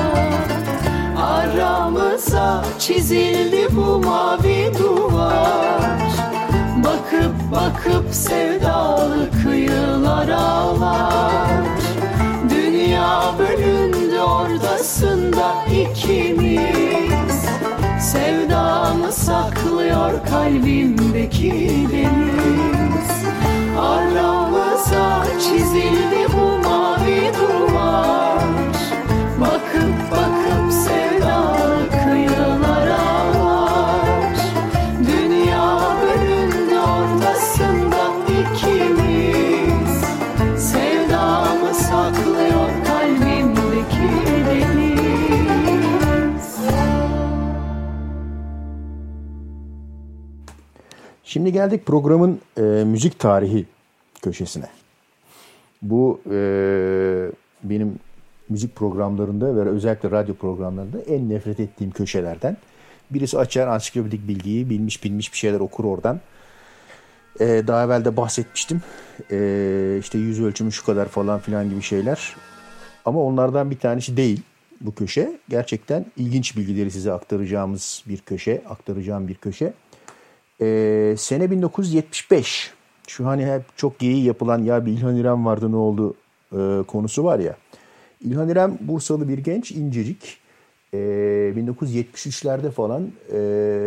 Aramıza çizildi bu mavi duvar. Bakıp bakıp sevdalı kıyılar ağlar. Dünya bölündü ordasında ikimiz. Sevdamı saklıyor kalbimdeki deniz. Aramıza çizildi bu mavi duvar. Bakıp bakıp sevdalı kıyılar ağlar. Dünya bölündü ortasında ikimiz. Sevdamı saklıyor kalbimdeki deniz. Şimdi geldik programın e, müzik tarihi köşesine. Bu e, benim müzik programlarında ve özellikle radyo programlarında en nefret ettiğim köşelerden. Birisi açar ansiklopedik bilgiyi, bilmiş bilmiş bir şeyler okur oradan. E, daha evvel de bahsetmiştim. E, işte yüz ölçümü şu kadar falan filan gibi şeyler. Ama onlardan bir tanesi değil bu köşe. Gerçekten ilginç bilgileri size aktaracağımız bir köşe, aktaracağım bir köşe. Ee, sene bin dokuz yüz yetmiş beş. Şu hani hep çok geyiği yapılan ya bir İlhan İrem vardı ne oldu e, konusu var ya. İlhan İrem Bursalı bir genç, incecik. E, bin dokuz yüz yetmiş üçlerde falan e,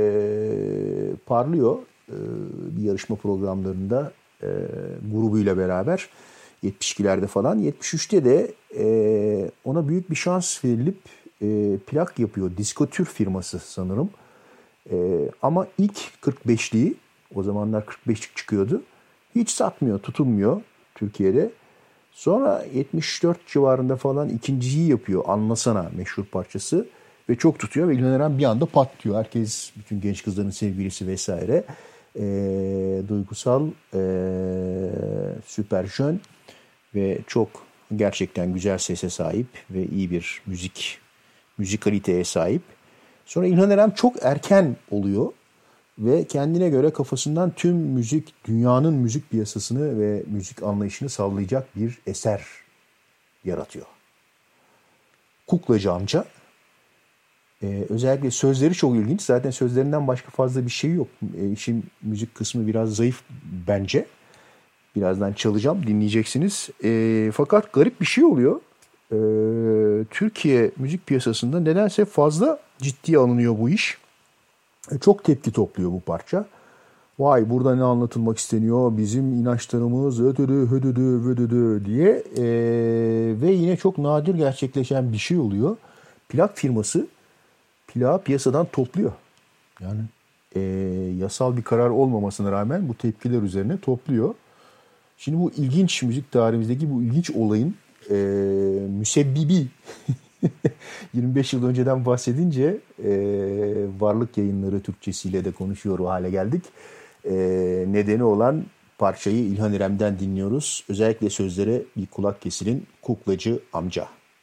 parlıyor e, bir yarışma programlarında e, grubuyla beraber. yetmiş ikilerde falan. yetmiş üçte de e, ona büyük bir şans verilip e, plak yapıyor. Diskotür firması sanırım. Ee, ama ilk kırk beşliği, o zamanlar kırk beşlik çıkıyordu, hiç satmıyor, tutulmuyor Türkiye'de. Sonra yetmiş dört civarında falan ikinciyi yapıyor, Anlasana meşhur parçası ve çok tutuyor ve İlhan İrem bir anda patlıyor. Herkes, bütün genç kızların sevgilisi vesaire, e, duygusal, e, süper jön ve çok gerçekten güzel sese sahip ve iyi bir müzik müzikaliteye sahip. Sonra İlhan İrem çok erken oluyor ve kendine göre kafasından tüm müzik, dünyanın müzik piyasasını ve müzik anlayışını sallayacak bir eser yaratıyor. Kuklacı Amca. Ee, özellikle sözleri çok ilginç. Zaten sözlerinden başka fazla bir şey yok. Ee, işin müzik kısmı biraz zayıf bence. Birazdan çalacağım, dinleyeceksiniz. Ee, fakat garip bir şey oluyor. Ee, Türkiye müzik piyasasında nedense fazla ciddiye alınıyor bu iş. Ee, çok tepki topluyor bu parça. Vay, burada ne anlatılmak isteniyor? Bizim inançlarımız ödüdü, hödüdü, vödüdü diye. Ee, ve yine çok nadir gerçekleşen bir şey oluyor. Plak firması plağı piyasadan topluyor. Yani e, yasal bir karar olmamasına rağmen bu tepkiler üzerine topluyor. Şimdi bu ilginç, müzik tarihimizdeki bu ilginç olayın e, müsebbibi yirmi beş yıl önceden bahsedince e, Varlık Yayınları Türkçesiyle de konuşuyor o hale geldik. E, nedeni olan parçayı İlhan İrem'den dinliyoruz. Özellikle sözlere bir kulak kesilin. Kuklacı Amca.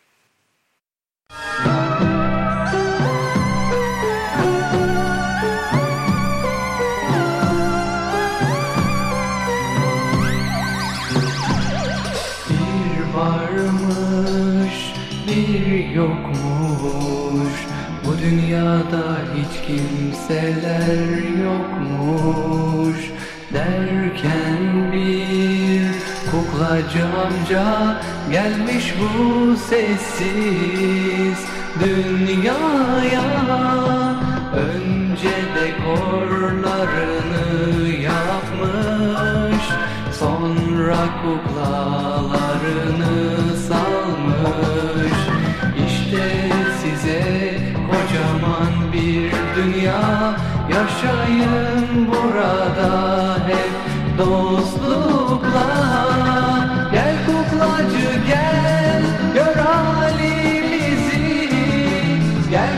Yokmuş bu dünyada, hiç kimseler yokmuş derken bir kuklacı amca gelmiş bu sessiz dünyaya. Önce dekorlarını yapmış, sonra kuklalarını salmış. İşte size kocaman bir dünya, yaşayın burada hep dostlukla. Gel kuklacı gel, gör halimizi, gel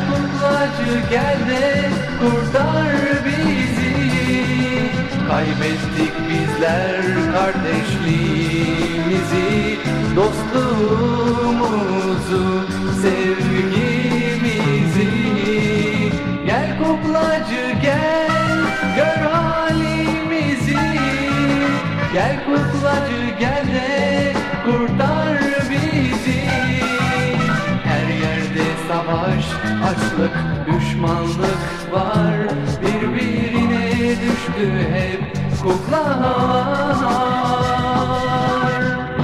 gel de kurtar bizi. Kaybettik bizler kardeşliğimizi, dostluğumuzu, sevgimizi. Gel kuklacı gel, gör halimizi. Gel kuklacı gel de kurtar bizi. Her yerde savaş, açlık, düşmanlık var. Birbirine düştü hep kuklalar.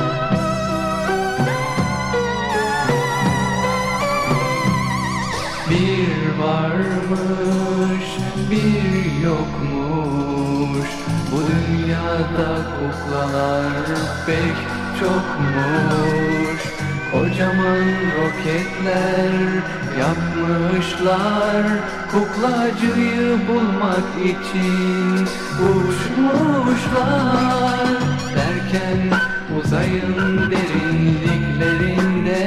Bir varmış, bir yokmuş. Bu dünyada kuklalar pek çokmuş. Kocaman roketler yapmışlar, kuklacıyı bulmak için uçmuşlar. Derken uzayın derinliklerinde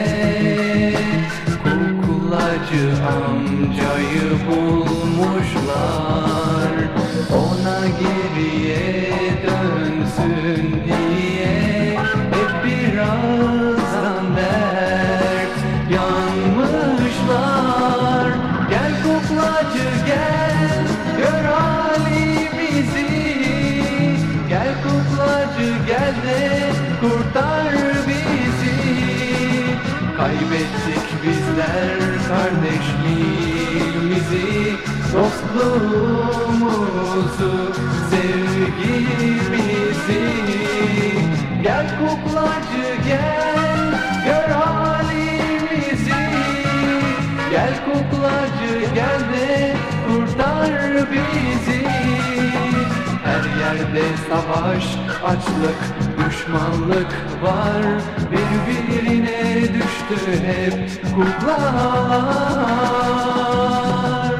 kuklacı amcayı bulmuşlar. Ona geriye dönsün diye hep birazdan dert yanmışlar. Gel kuklacı gel, gör halimizi. Gel kuklacı gel de kurtar bizi. Kaybettik bizler kardeşliğimizi, dostluğumuzu, sevgimizi. Gel kuklacı gel, gör halimizi. Gel kuklacı gel de kurtar bizi. Her yerde savaş, açlık, düşmanlık var. Birbirine düştü hep kuklalar.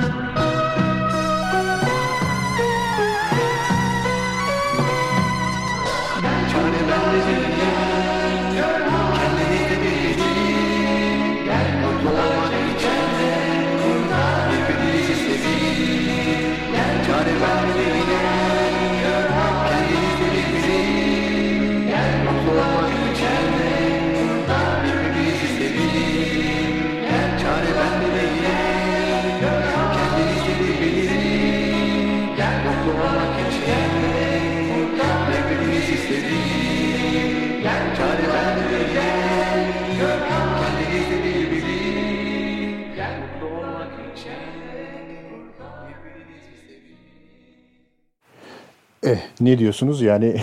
Çare bende değil, kendini de bilin. Gel kurtulmak için de birbirinizi sevin. Çare bende değil, kendini de bilin. Gel kurtulmak için de birbirinizi sevin. Çare bende değil, kendini de bilin. Gel kurtulmak için de birbirinizi sevin. Çare bende değil, kendinizi de bilin. Gel mutlu olmak için birbirinizi sevin. Eh, ne diyorsunuz yani?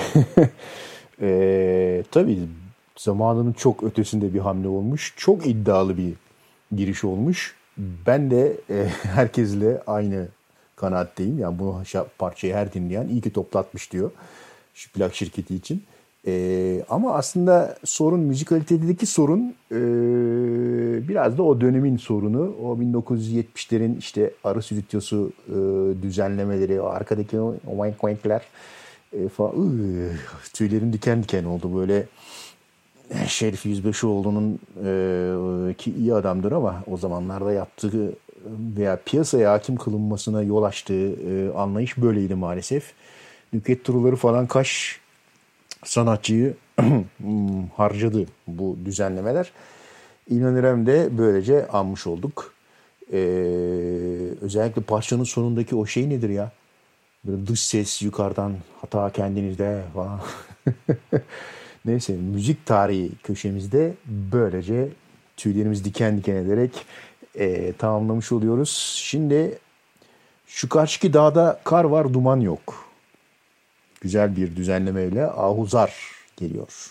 e, tabii zamanının çok ötesinde bir hamle olmuş. Çok iddialı bir giriş olmuş. Ben de e, herkesle aynı kanaatteyim. Yani bu parçayı her dinleyen iyi ki toplatmış diyor. Şu plak şirketi için. Ee, ama aslında sorun, müzikalitedeki sorun e, biraz da o dönemin sorunu. O bin dokuz yüz yetmişlerin işte arı stüdyosu e, düzenlemeleri, o arkadaki o wank wankler e, falan. Iı, tüylerim diken diken oldu böyle. Şerif Yüzbaşıoğlu'nun e, ki iyi adamdır ama o zamanlarda yaptığı veya piyasaya hakim kılınmasına yol açtığı e, anlayış böyleydi maalesef. Nükhet Turuları falan kaç sanatçıyı harcadı bu düzenlemeler. İnanırım de böylece anmış olduk. Ee, özellikle parçanın sonundaki o şey nedir ya? Böyle dış ses yukarıdan, hata kendinizde falan. Neyse, müzik tarihi köşemizde böylece tüylerimiz diken diken ederek e, tamamlamış oluyoruz. Şimdi şu karşıki dağda kar var, duman yok. Güzel bir düzenlemeyle Ahuzar geliyor.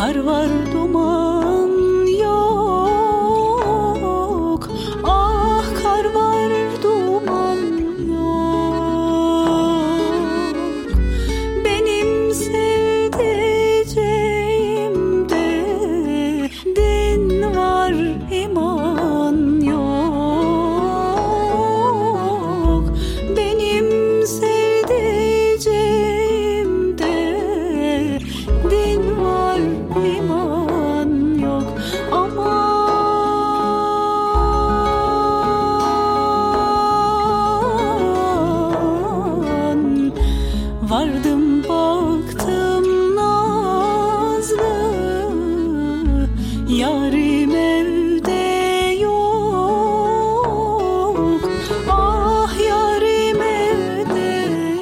Kar var duman yok. Ah kar var duman yok. Benim sevdiceğimde din var iman yok. Benim sevdiceğimde din var iman yok. Aman vardım baktım nazlı yarim evde yok. Ah yarim evde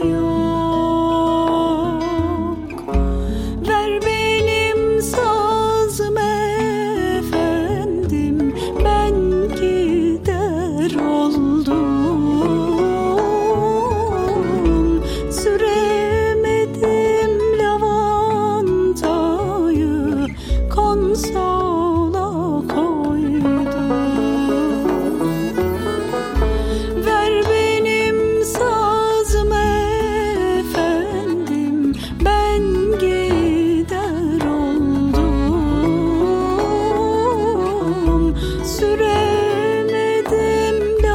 yok. Ver benim sazım efendim, ben gider oldum. Süremedim lavantayı, konsola koydum. Ver benim sazım efendim, ben gider oldum. Süremedim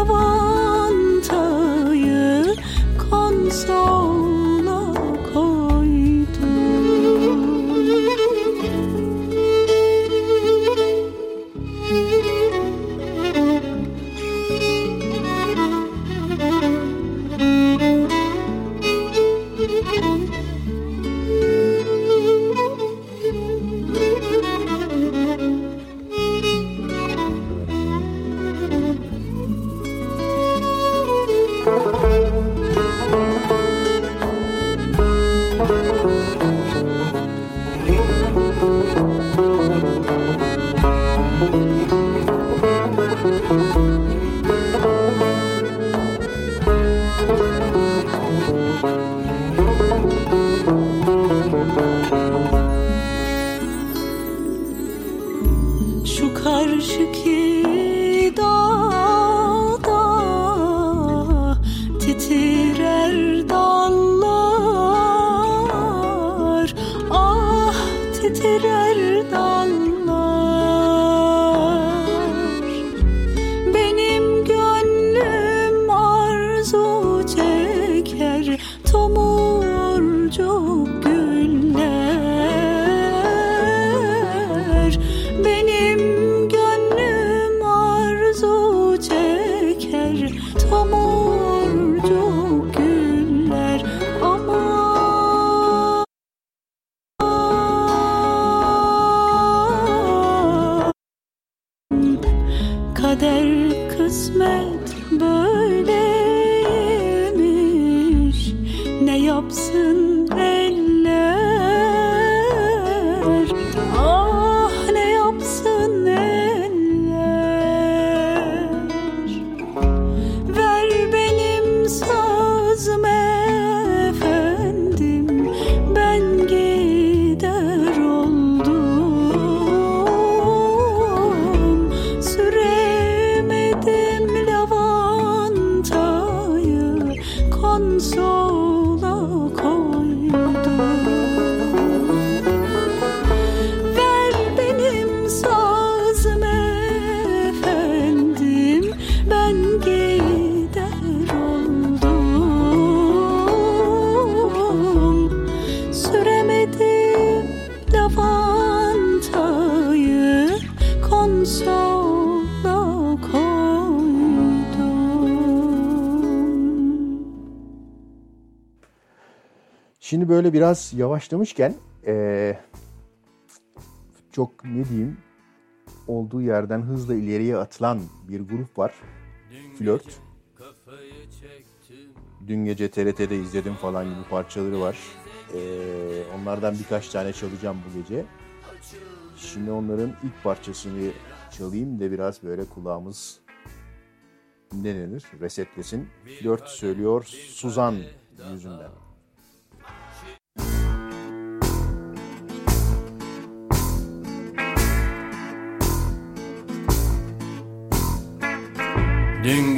lavantayı, konsola Şu karşıki dağda titrer dallar. Ah titrer dallar. Benim gönlüm arzu çeker tomurcuk güller. Benim gönlüm arzu çeker tomurcuk güller. Aman kader kısmet böyleymiş, ne yapsın eller. Ah ne yapsın eller. Ver benim sazım efendim, ben gider oldum. Süremedim lavantayı, konsola koydum. Ver benim sazım efendim, ben gider oldum. Süremedim lavantayı, konsola koydum. Şimdi böyle biraz yavaşlamışken ee, çok ne diyeyim, olduğu yerden hızla ileriye atılan bir grup var. Flört. Dün gece T R T'de izledim falan gibi parçaları var. Ee, onlardan birkaç tane çalacağım bu gece. Şimdi onların ilk parçasını çalayım da biraz böyle kulağımız ne denir? Resetlesin. Flört söylüyor Suzan yüzünden.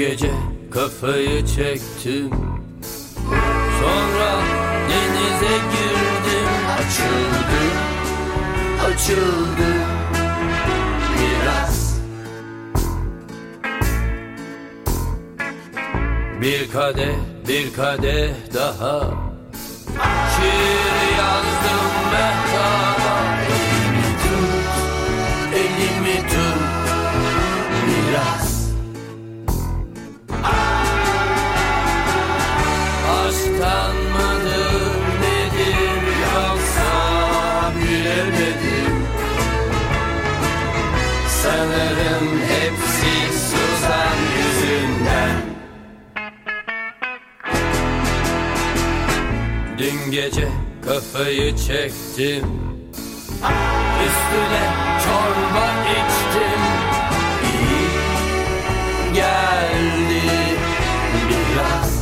gece kafayı çektim, sonra denize girdim. Açıldı, açıldı biraz. Bir kadeh, bir kadeh daha şiir yazdım mehtaba. Elimi tut, elimi tut biraz. Aşktan mıdır nedir yoksa bilemedim. Sanırım hepsi Suzan yüzünden. Dün gece kafayı çektim, üstüne çorba içtim. İyi geldi biraz.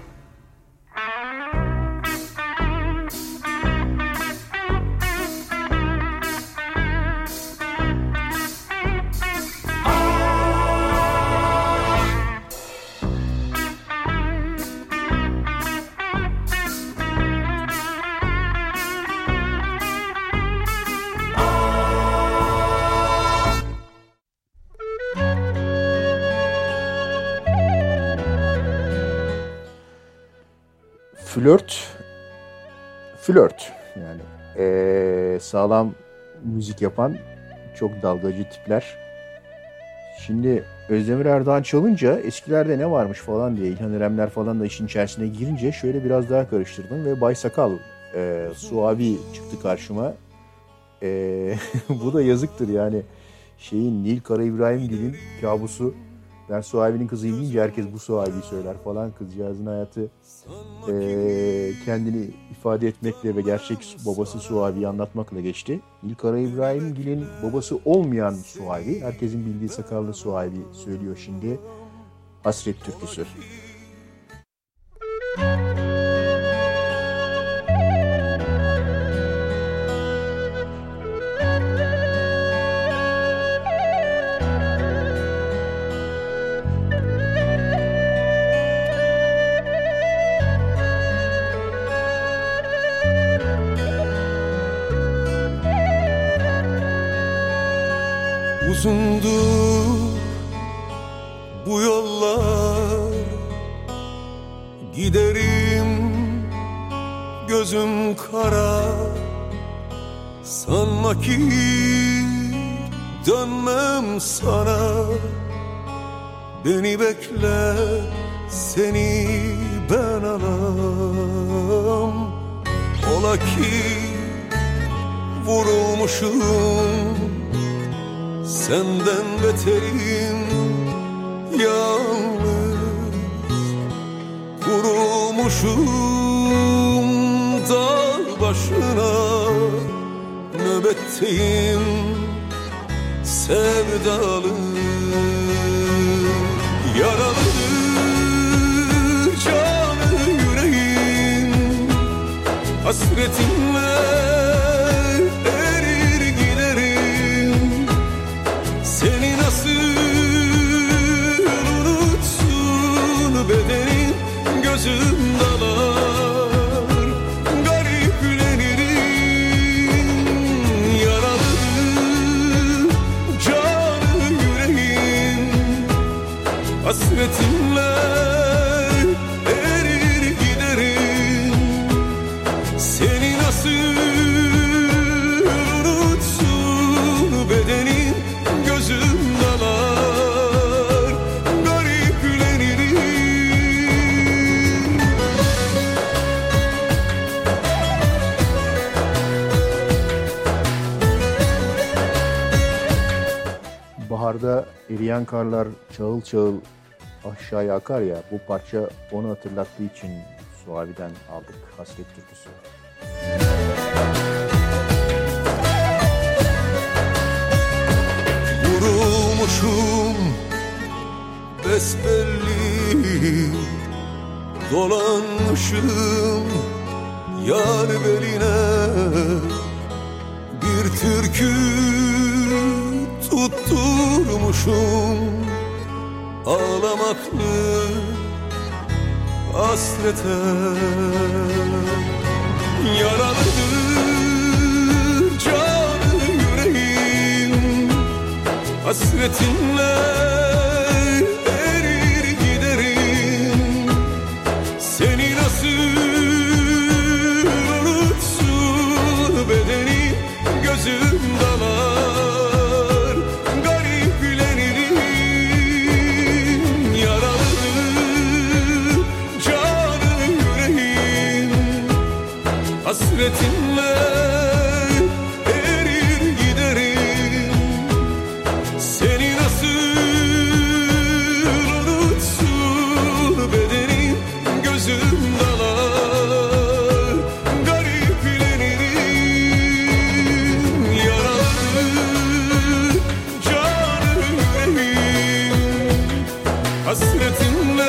Flört, flört yani ee, sağlam müzik yapan çok dalgacı tipler. Şimdi Özdemir Erdoğan çalınca eskilerde ne varmış falan diye İlhan İremler falan da işin içerisine girince şöyle biraz daha karıştırdım ve Bay Sakal, e, Suavi çıktı karşıma. E, bu da yazıktır yani şeyin Nil Kara İbrahimgil'in kabusu. Ben Suavi'nin kızıyım deyince herkes bu Suavi'yi söyler falan. Kızcağızın hayatı e, kendini ifade etmekle ve gerçek babası Suavi'yi anlatmakla geçti. Nil Kara İbrahimgil'in babası olmayan Suavi, herkesin bildiği sakallı Suavi söylüyor şimdi. Hasret türküsü. Uzundu bu yollar, giderim gözüm kara. Sanma ki dönmem sana, beni bekle seni ben alam. Ola ki vurulmuşum, senden beterim yalnız. Kurulmuşum dağ başına, nöbetteyim sevdalı. Yaralı canı yüreğim, hasretinle erir giderim. Seni nasıl unutsun bedenim, gözüm dalar gariplenirim. Yaralı canı yüreğim, hasretimle erir giderim. Seni nasıl unutsun bedenim, gözüm dalar gariplenirim. Baharda eriyen karlar çağıl çağıl aşağıya akar ya, bu parça onu hatırlattığı için Suavi'den aldık Hasret türküsü. Vurulmuşum besbelli, dolanmışım yar beline. Bir türkü tutturmuşum ağlamaklı hasrete. Yaralıdır canı yüreğim, hasretinle erir giderim. Seni nasıl unutsun bedenim, gözüm dalar gariplenirim. Yaralıdır canı yüreğim, hasretinle erir giderim. Seni nasıl unutsun bedenim, gözüm dalar gariplenirim. Yaralı canı yüreğim, hasretinle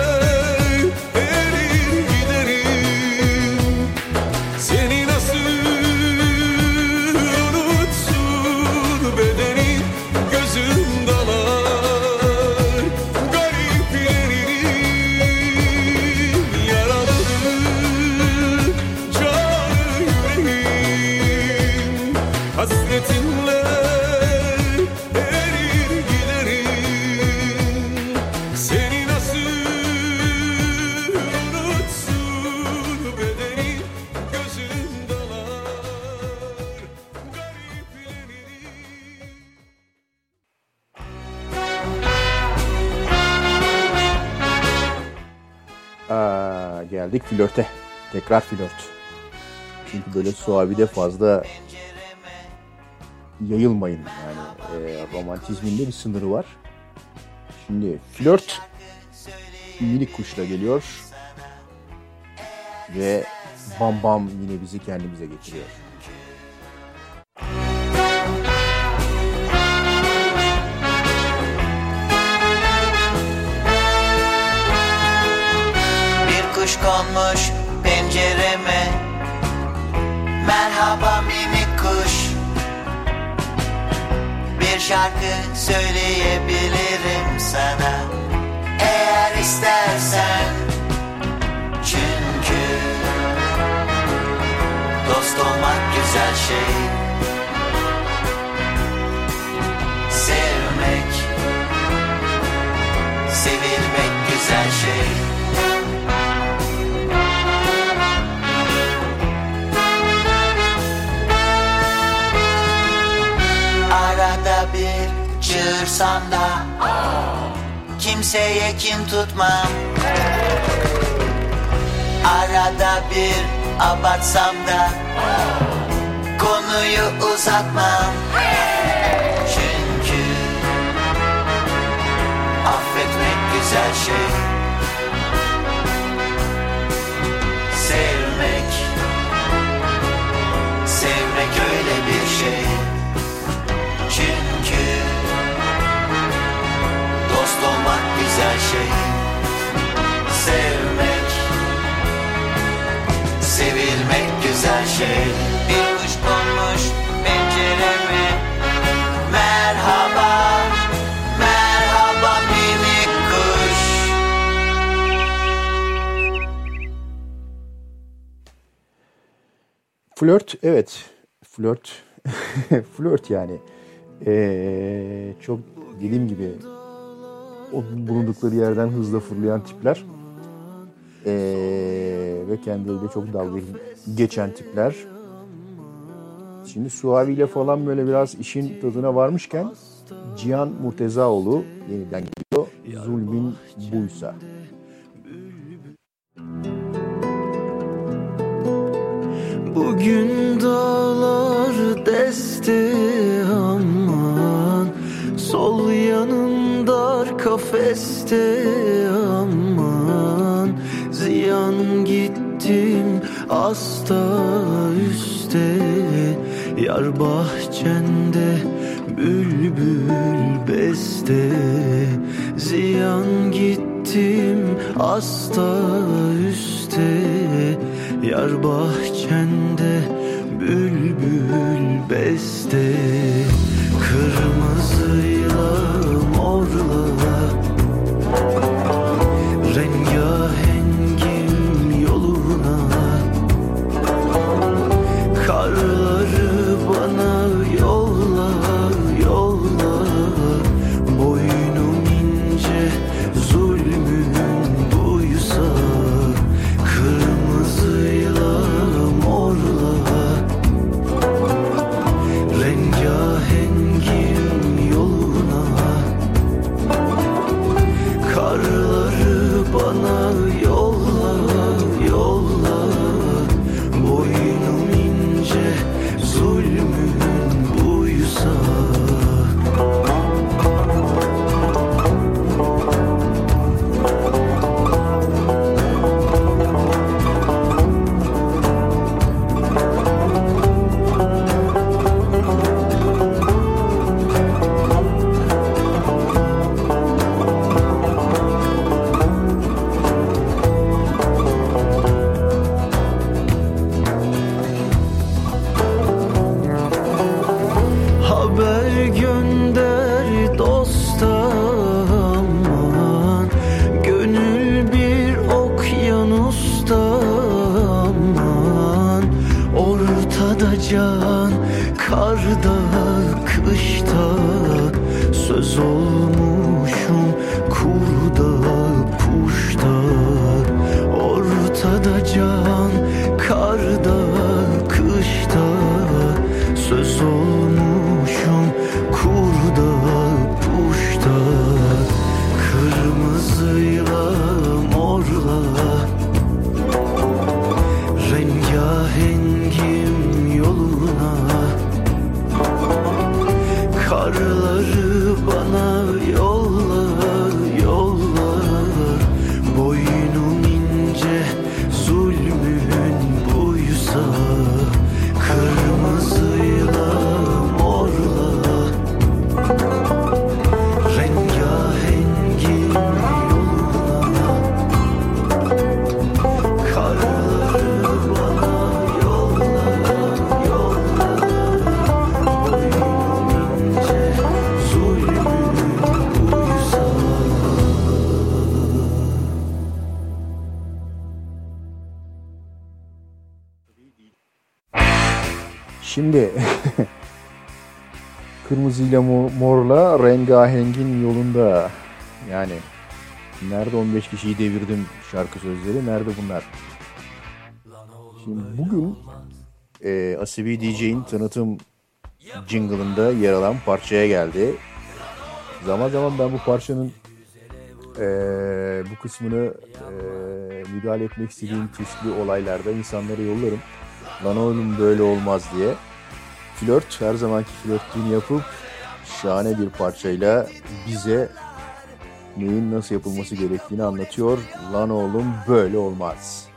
erir giderim. Seni nasıl unutsun bedenim, gözüm dalar gariplenirim. Yaralı canı yüreğim, hasretinle erir giderim. Seni nasıl unutsun bedenim, gözüm dalar gariplenirim. Aa, geldik flörte. Tekrar flört. Çünkü böyle suavide fazla yayılmayın. Yani e, romantizmin de bir sınırı var. Şimdi flört minik kuşla geliyor. Ve bam bam yine bizi kendimize getiriyor. Bir kuş konmuş pencereme, merhaba minik kuş. Bir şarkı söyleyebilirim sana, eğer istersen. Çünkü dost olmak güzel şey, sevmek, sevilmek güzel şey. Arada bir çığırsam da kimseye kin tutmam. Arada bir abartsam da konuyu uzatmam. Çünkü affetmek güzel şey, sevmek, sevmek öyle bir şey. Çünkü dost olmak güzel şey, sevmek, sevilmek güzel şey. Bir kuş konmuş pencereme, merhaba, merhaba minik kuş. Flört, evet. Flört. Flört yani. Ee, çok dediğim gibi o bulundukları yerden hızla fırlayan tipler ee, ve kendileriyle çok dalga geçen tipler. Şimdi Suavi ile falan böyle biraz işin tadına varmışken Cihan Murtezaoğlu yeniden geliyor. Zulmin buysa. Bugün dağlar deste aman, sol yanım dar kafeste aman. Ziyan gittim asta üste, yar bahçende bülbül beste. Ziyan gittim asta üste, yar bahçende bülbül beste. Kırmızıyla morla kışta, söz olmuşum kurda puşta. Ortada can, karda kışta, söz olmuşum kurda puşta. Kırmızıyla morla rengahengim yoluna. Karları bana yolla, yolla. Boynum ince, zulmün buysa. Kırmızıyla morla rengahengim yoluna. Karları bana yolla, yolla. Boynum ince, zulmün buysa. Şimdi kırmızıyla mo- morla rengahengin yolunda. Yani nerede on beş kişiyi devirdim şarkı sözleri, nerede bunlar? Şimdi bugün e, Asabi D J'in tanıtım jingle'ında yer alan parçaya geldi. Zaman zaman ben bu parçanın e, bu kısmını e, müdahale etmek istediğim çeşitli olaylarda insanlara yollarım. Lan oğlum böyle olmaz diye. Flört, her zamanki flörtliğini yapıp şahane bir parçayla bize neyin nasıl yapılması gerektiğini anlatıyor. Lan oğlum böyle olmaz.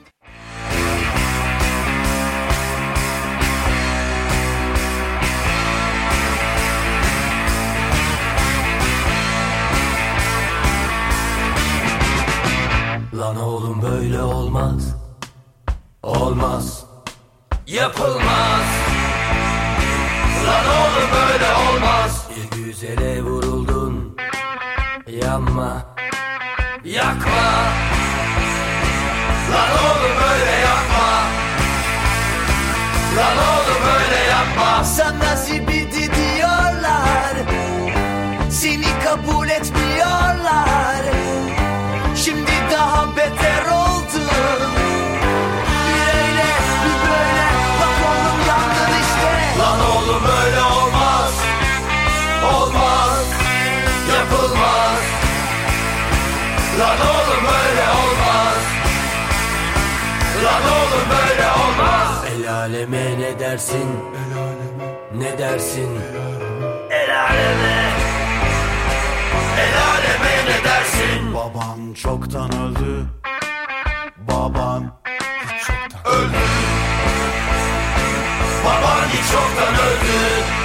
Lan oğlum böyle olmaz. Olmaz. Yapılmaz. Lan oğlum böyle olmaz. Bir güzele vuruldun. Yanma. Yakma. Lan oğlum böyle yapma. Lan oğlum böyle yapma. Sana zibidi diyorlar, seni kabul etmiyorlar. Şimdi daha beter oldun. Bir öyle bir böyle, bak oğlum yandın işte. Lan oğlum böyle olmaz. Olmaz. Yapılmaz. Lan oğlum böyle olmaz. Lan oğlum böyle olmaz. El aleme ne dersin? Ne dersin? El aleme. El aleme ne dersin? Baban çoktan öldü. Baban hiç çoktan öldü. Baban hiç çoktan öldü.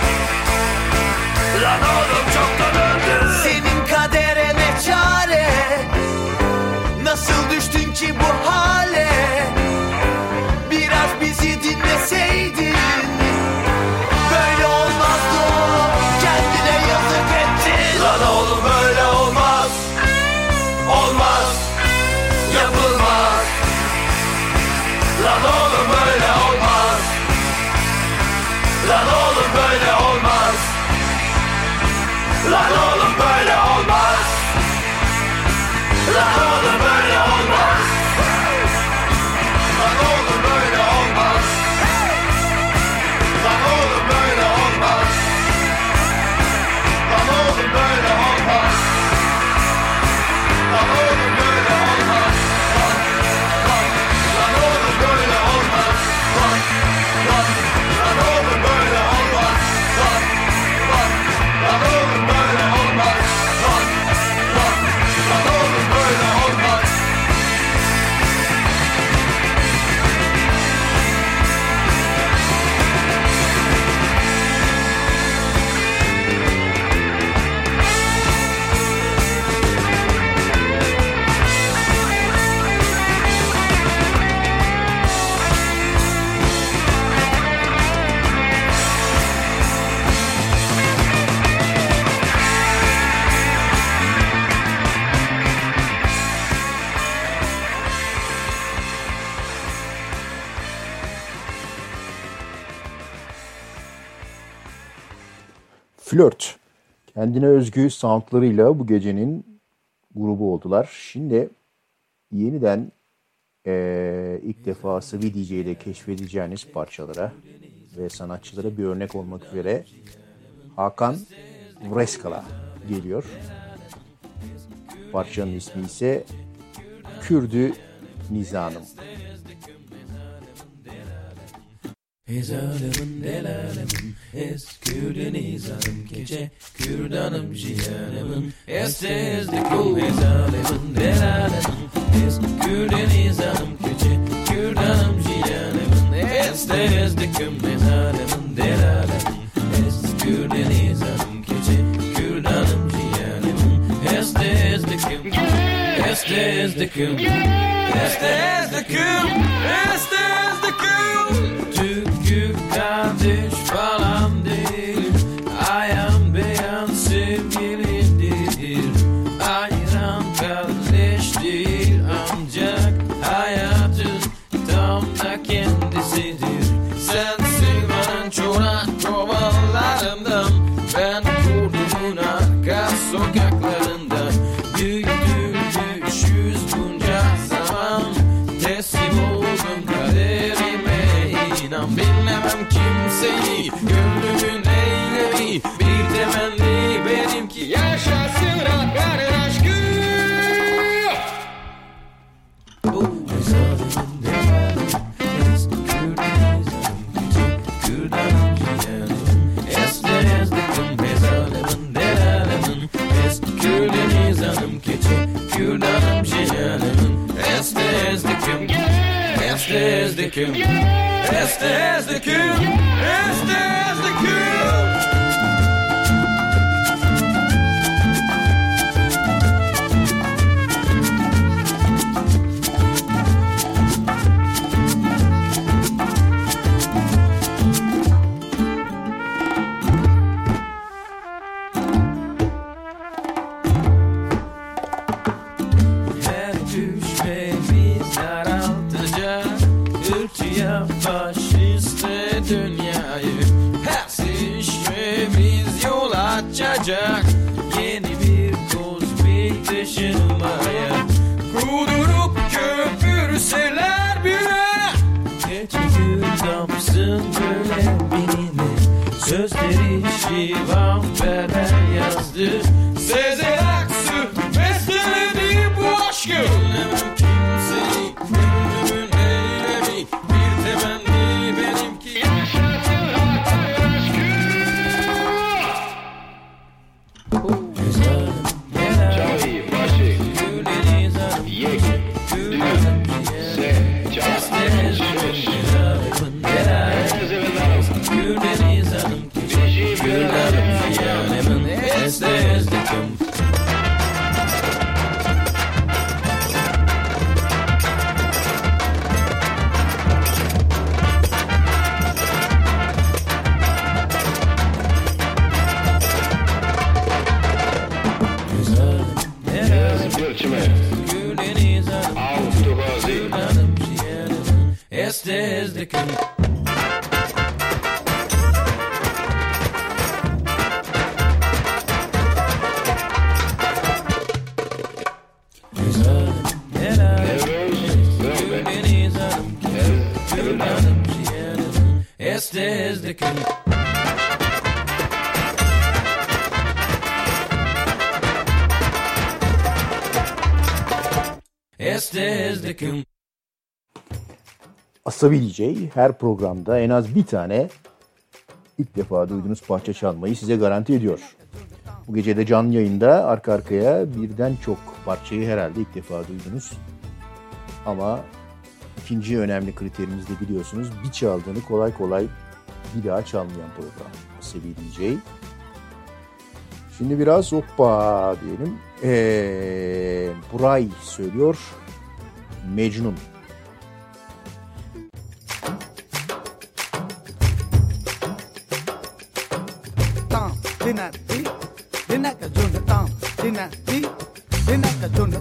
Lan oğlum çoktan öldü. Senin kadere ne çare? Nasıl düştün ki bu hale? Biraz bizi dinleseydin böyle olmazdı oğlum, kendine yazık ettin. Lan oğlum böyle olmaz. Olmaz. Yapılmaz. Lan oğlum böyle olmaz. Lan oğlum böyle olmaz. Lan oğlum böyle olmaz. Lan oğlum böyle olmaz. Lan oğlum böyle olmaz. Lan oğlum böyle olmaz. Lan oğlum böyle olmaz. Lan oğlum böyle olmaz. Lan oğlum böyle olmaz. Lan oğlum böyle olmaz. Lan oğlum böyle olmaz. Flört. Kendine özgü soundlarıyla bu gecenin grubu oldular. Şimdi yeniden e, ilk defa Sıvı D J'de keşfedeceğiniz parçalara ve sanatçılara bir örnek olmak üzere Hakan Vreskala geliyor. Parçanın ismi ise Kürdü Nizanım. Hezalımın delalımın es Kürdü nizanım gece Kürdanım cihanımın es ezdi kul hezalımın delalımın es Kürdü nizanım gece Kürdanım cihanımın es ezdi küm hezalımın delalımın es Kürdü nizanım gece Kürdanım cihanımın es ezdi küm es ezdi küm es ezdi küm es ezdi küm kardeş falan değil, ayan beyan sevgilidir. Ayran kardeş değil, ancak hayatın tam da kendisidir. Sensin bana çorak kovalarından, ben kurdumun arka sokaklarından. Büyütülmüşüz bunca zaman, teslim oldum kaderime. İnan bilemem kimseyi, gönlümün eylemi bir temenni benimki, yaşasın Rabbar'ın aşkı. Bu hesabımın devamı es Kürdanım cihanım es ezdikim hesabımın devamın es Kürdanım keçi Kürdanım cihanım es ezdikim es ezdikim Este es the Q, este es the Q. Her düşmemiz daraltacak ırkçıya faşiste dünyayı, her sevişmemiz yol açacak yeni bir kozmik taşınmaya. Kudurup köpürseler bile gece gündamsın böyle benimle. Sözleri Şivan Ferber yazdı, Sezen Aksu besteledi bu aşkı. Bilemem kimseyi, gönlümün eylemi bir temenni benimki, yaşasın Rabbar'ın aşkı. Çavi, başı, Kürdeniz, yek, Kürdeniz, se, çağ, şuş, Kürdeniz hanım, Kürdeniz yanımın esde ezdikim. Este es de que Este es de que Este es de que Asabi D J her programda en az bir tane ilk defa duyduğunuz parça çalmayı size garanti ediyor. Bu gece de canlı yayında arka arkaya birden çok parçayı herhalde ilk defa duydunuz. Ama ikinci önemli kriterimiz de biliyorsunuz, bir çaldığını kolay kolay bir daha çalmayan program Asabi D J. Şimdi biraz hoppa diyelim. Ee, Buray söylüyor Mecnun. Dinati, dinaka junda tam, dinati, dinaka junda.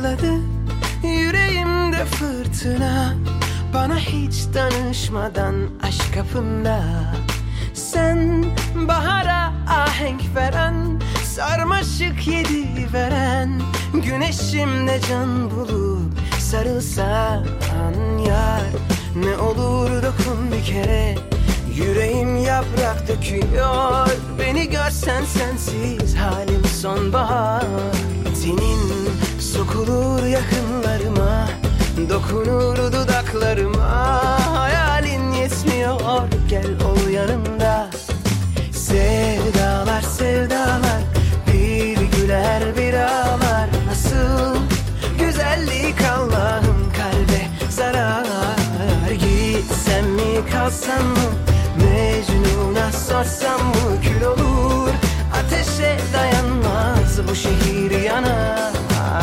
başladı, yüreğimde fırtına. Bana hiç danışmadan aşk kapında. Sen bahara ahenk veren, sarmaşık yedi veren, güneşimde can bulup sarılsan yar. Ne olur dokun bir kere, yüreğim yaprak döküyor. Beni görsen sensiz halim sonbahar. Senin sokulur yakınlarıma, dokunur dudaklarıma. Hayalin yetmiyor, gel ol yanımda. Sevdalar sevdalar, bir güler bir ağlar. Nasıl güzellik Allah'ım kalbe zarar. Gitsem mi kalsam mı, Mecnun'a sorsam mı, kül olur. Ateşe dayanmaz bu şehir yanar.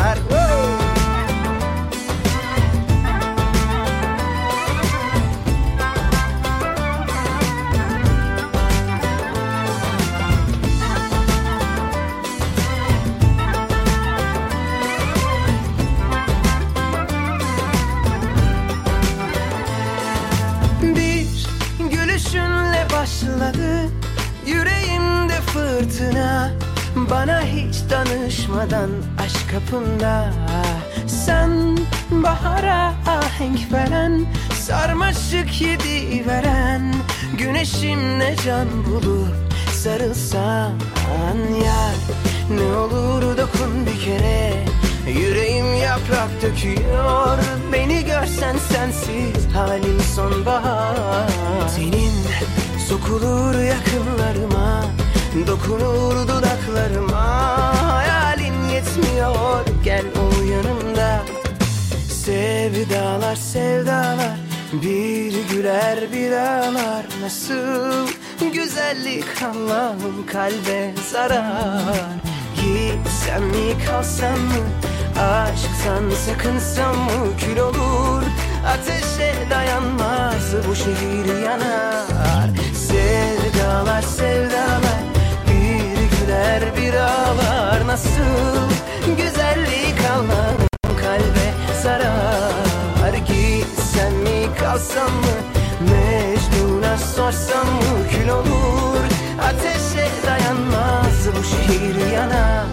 Başladı yüreğimde fırtına. Bana hiç danışmadan aşk kapında. Sen bahara ahenk veren, sarmaşık yedi veren, güneşimle can bulup sarılsan yar. Ne olur dokun bir kere, yüreğim yaprak döküyor. Beni görsen sensiz halim sonbahar. Senin sokulur yakınlarıma, dokunur dudaklarıma. Hayalin yetmiyor, gel ol yanımda. Sevdalar sevdalar, bir güler bir ağlar. Nasıl güzellik Allah'ım kalbe zarar. Gitsem mi kalsam mı, aşktan sakınsam mı, kül olur. Ateşe dayanmaz bu şehir yanar. Sevdalar sevdalar, bir güler bir ağlar. Nasıl güzellik Allah'ım kalbe zarar. Gitsem mi kalsam mı, Mecnun'a sorsam mı, kül olur. Ateşe dayanmaz bu şehir yanar.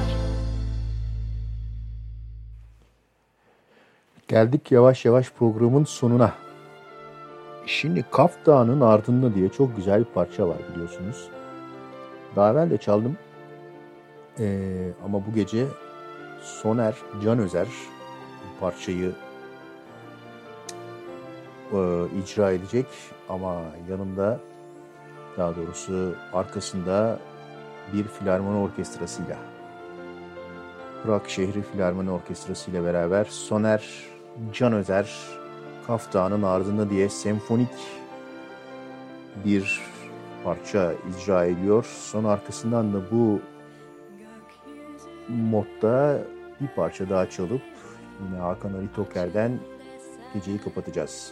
Geldik yavaş yavaş programın sonuna. Şimdi Kaf Dağı'nın ardında diye çok güzel bir parça var biliyorsunuz. Daha evvel de çaldım. Ee, ama bu gece Soner Can Özer bu parçayı e, icra edecek. Ama yanında, daha doğrusu arkasında bir filarmoni orkestrasıyla, Prag Şehri Filarmoni Orkestrası ile beraber Soner Can Özer Kaf Dağı'nın ardında diye senfonik bir parça icra ediyor. Sonra arkasından da bu modda bir parça daha çalıp yine Hakan Ali Toker'den geceyi kapatacağız.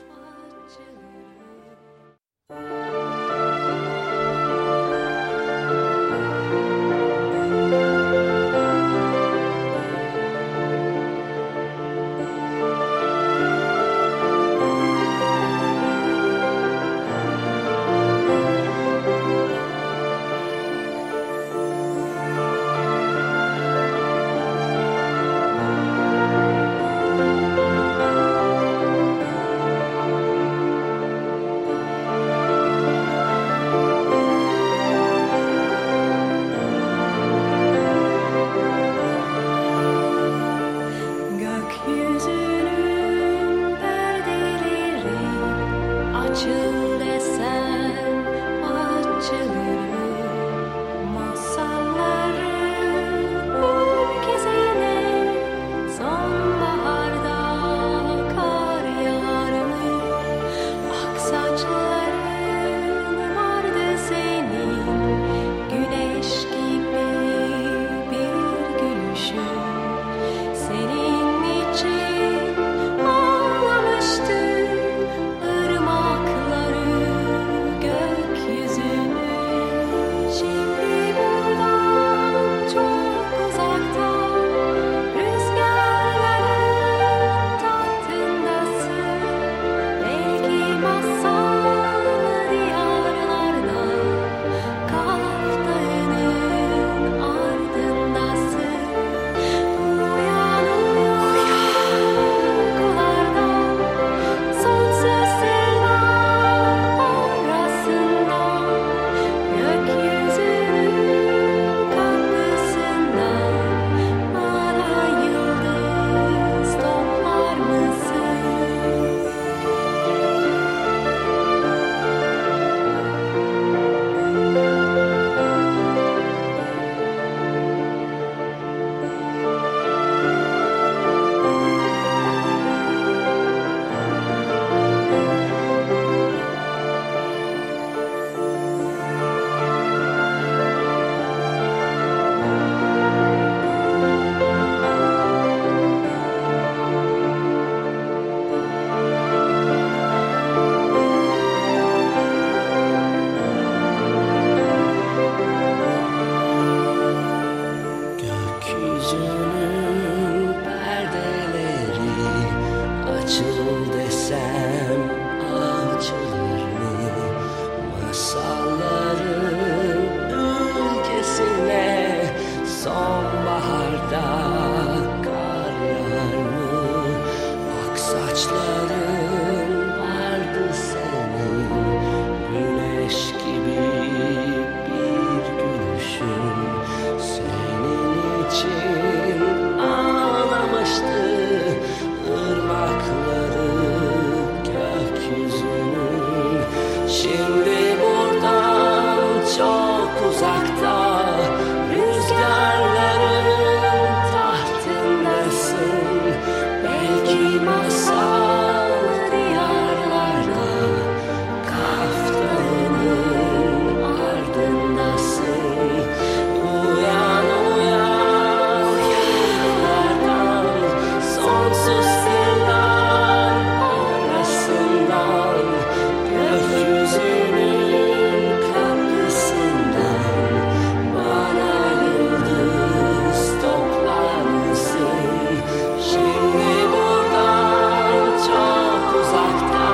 Senin için ağlamıştı ırmaklar. açıl desem açılır mı? Masalların ülkesine sonbaharda kar yağar mı? Ak saçların vardı senin, güneş gibi bir gülüşün. Senin için ağlamıştı ırmakları gökyüzünün. Şimdi buradan çok uzakta rüzgarların tahtındasın. Belki masal diyarlarda kaftanın ardındasın. Uyan uyan yıllardan sonsuz sırlar arasından, gökyüzünün kapısından bana yıldız toplar mısın? Şimdi buradan çok uzakta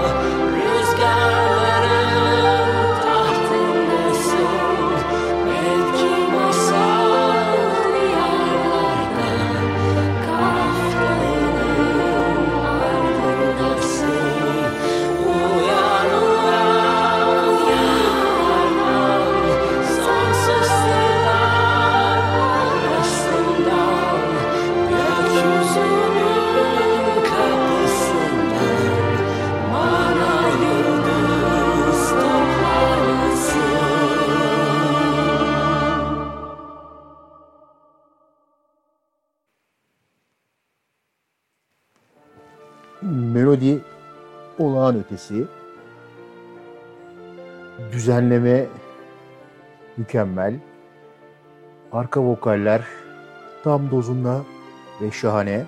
rüzgarların tahtındasın. Belki masal diyarlarda kaftanın ardındasın. Uyan uyan yıllardan sonsuz sırlar arasından, gökyüzünün kapısından bana yıldız toplar mısın? Melodi olağan ötesi. Düzenleme mükemmel. Arka vokaller tam dozunda ve şahane.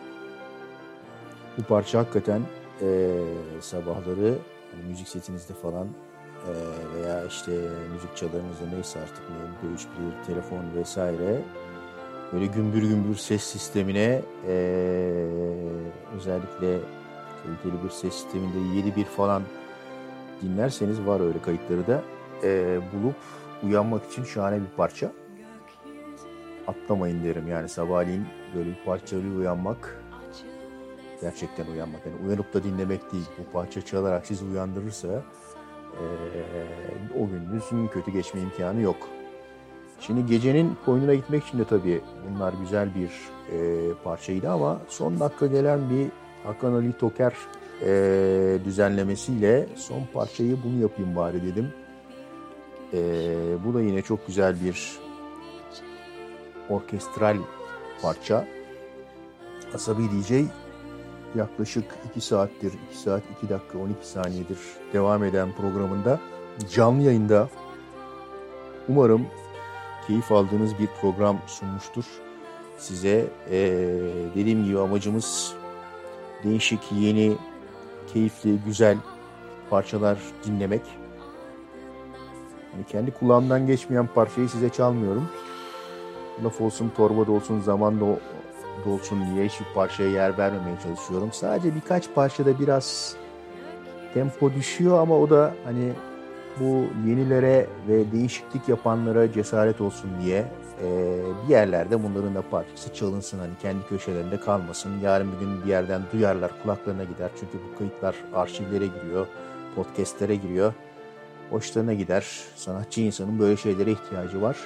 Bu parça hakikaten eee, sabahları hani müzik setinizde falan eee, veya işte müzik çalarınızda neyse artık M P üç player, telefon vesaire böyle gümbür gümbür ses sistemine eee, özellikle kaliteli bir ses sisteminde yedi bir falan dinlerseniz, var öyle kayıtları da, eee, bulup uyanmak için şahane bir parça. Atlamayın derim yani, sabahleyin böyle bir parçayla uyanmak, gerçekten uyanmak. Yani uyanıp da dinlemek değil. Bu parça çalarak sizi uyandırırsa eee, o gününüzün kötü geçme imkanı yok. Şimdi gecenin koynuna gitmek için de tabii bunlar güzel bir eee, parçaydı ama son dakika gelen bir Hakan Ali Toker eee, düzenlemesiyle son parçayı bunu yapayım bari dedim. Eee, bu da yine çok güzel bir orkestral parça. Asabi D J yaklaşık iki saattir, iki saat iki dakika on iki saniyedir devam eden programında canlı yayında umarım keyif aldığınız bir program sunmuştur. Size ee, dediğim gibi amacımız değişik, yeni, keyifli, güzel parçalar dinlemek. Yani kendi kulağımdan geçmeyen parçayı size çalmıyorum. Laf olsun, torba da olsun, zaman da olsun diye hiçbir parçaya yer vermemeye çalışıyorum. Sadece birkaç parçada biraz tempo düşüyor ama o da hani bu yenilere ve değişiklik yapanlara cesaret olsun diye e, bir yerlerde bunların da parçası çalınsın. Hani kendi köşelerinde kalmasın. Yarın bir gün bir yerden duyarlar, kulaklarına gider. Çünkü bu kayıtlar arşivlere giriyor, podcastlere giriyor. Hoşlarına gider. Sanatçı insanın böyle şeylere ihtiyacı var.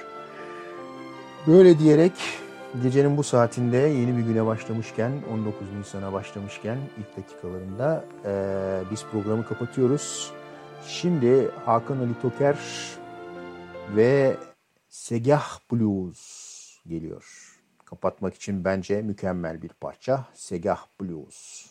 Böyle diyerek gecenin bu saatinde yeni bir güne başlamışken, on dokuz Nisan'a başlamışken ilk dakikalarında e, biz programı kapatıyoruz. Şimdi Hakan Ali Toker ve Segah Blues geliyor. Kapatmak için bence mükemmel bir parça. Segah Blues.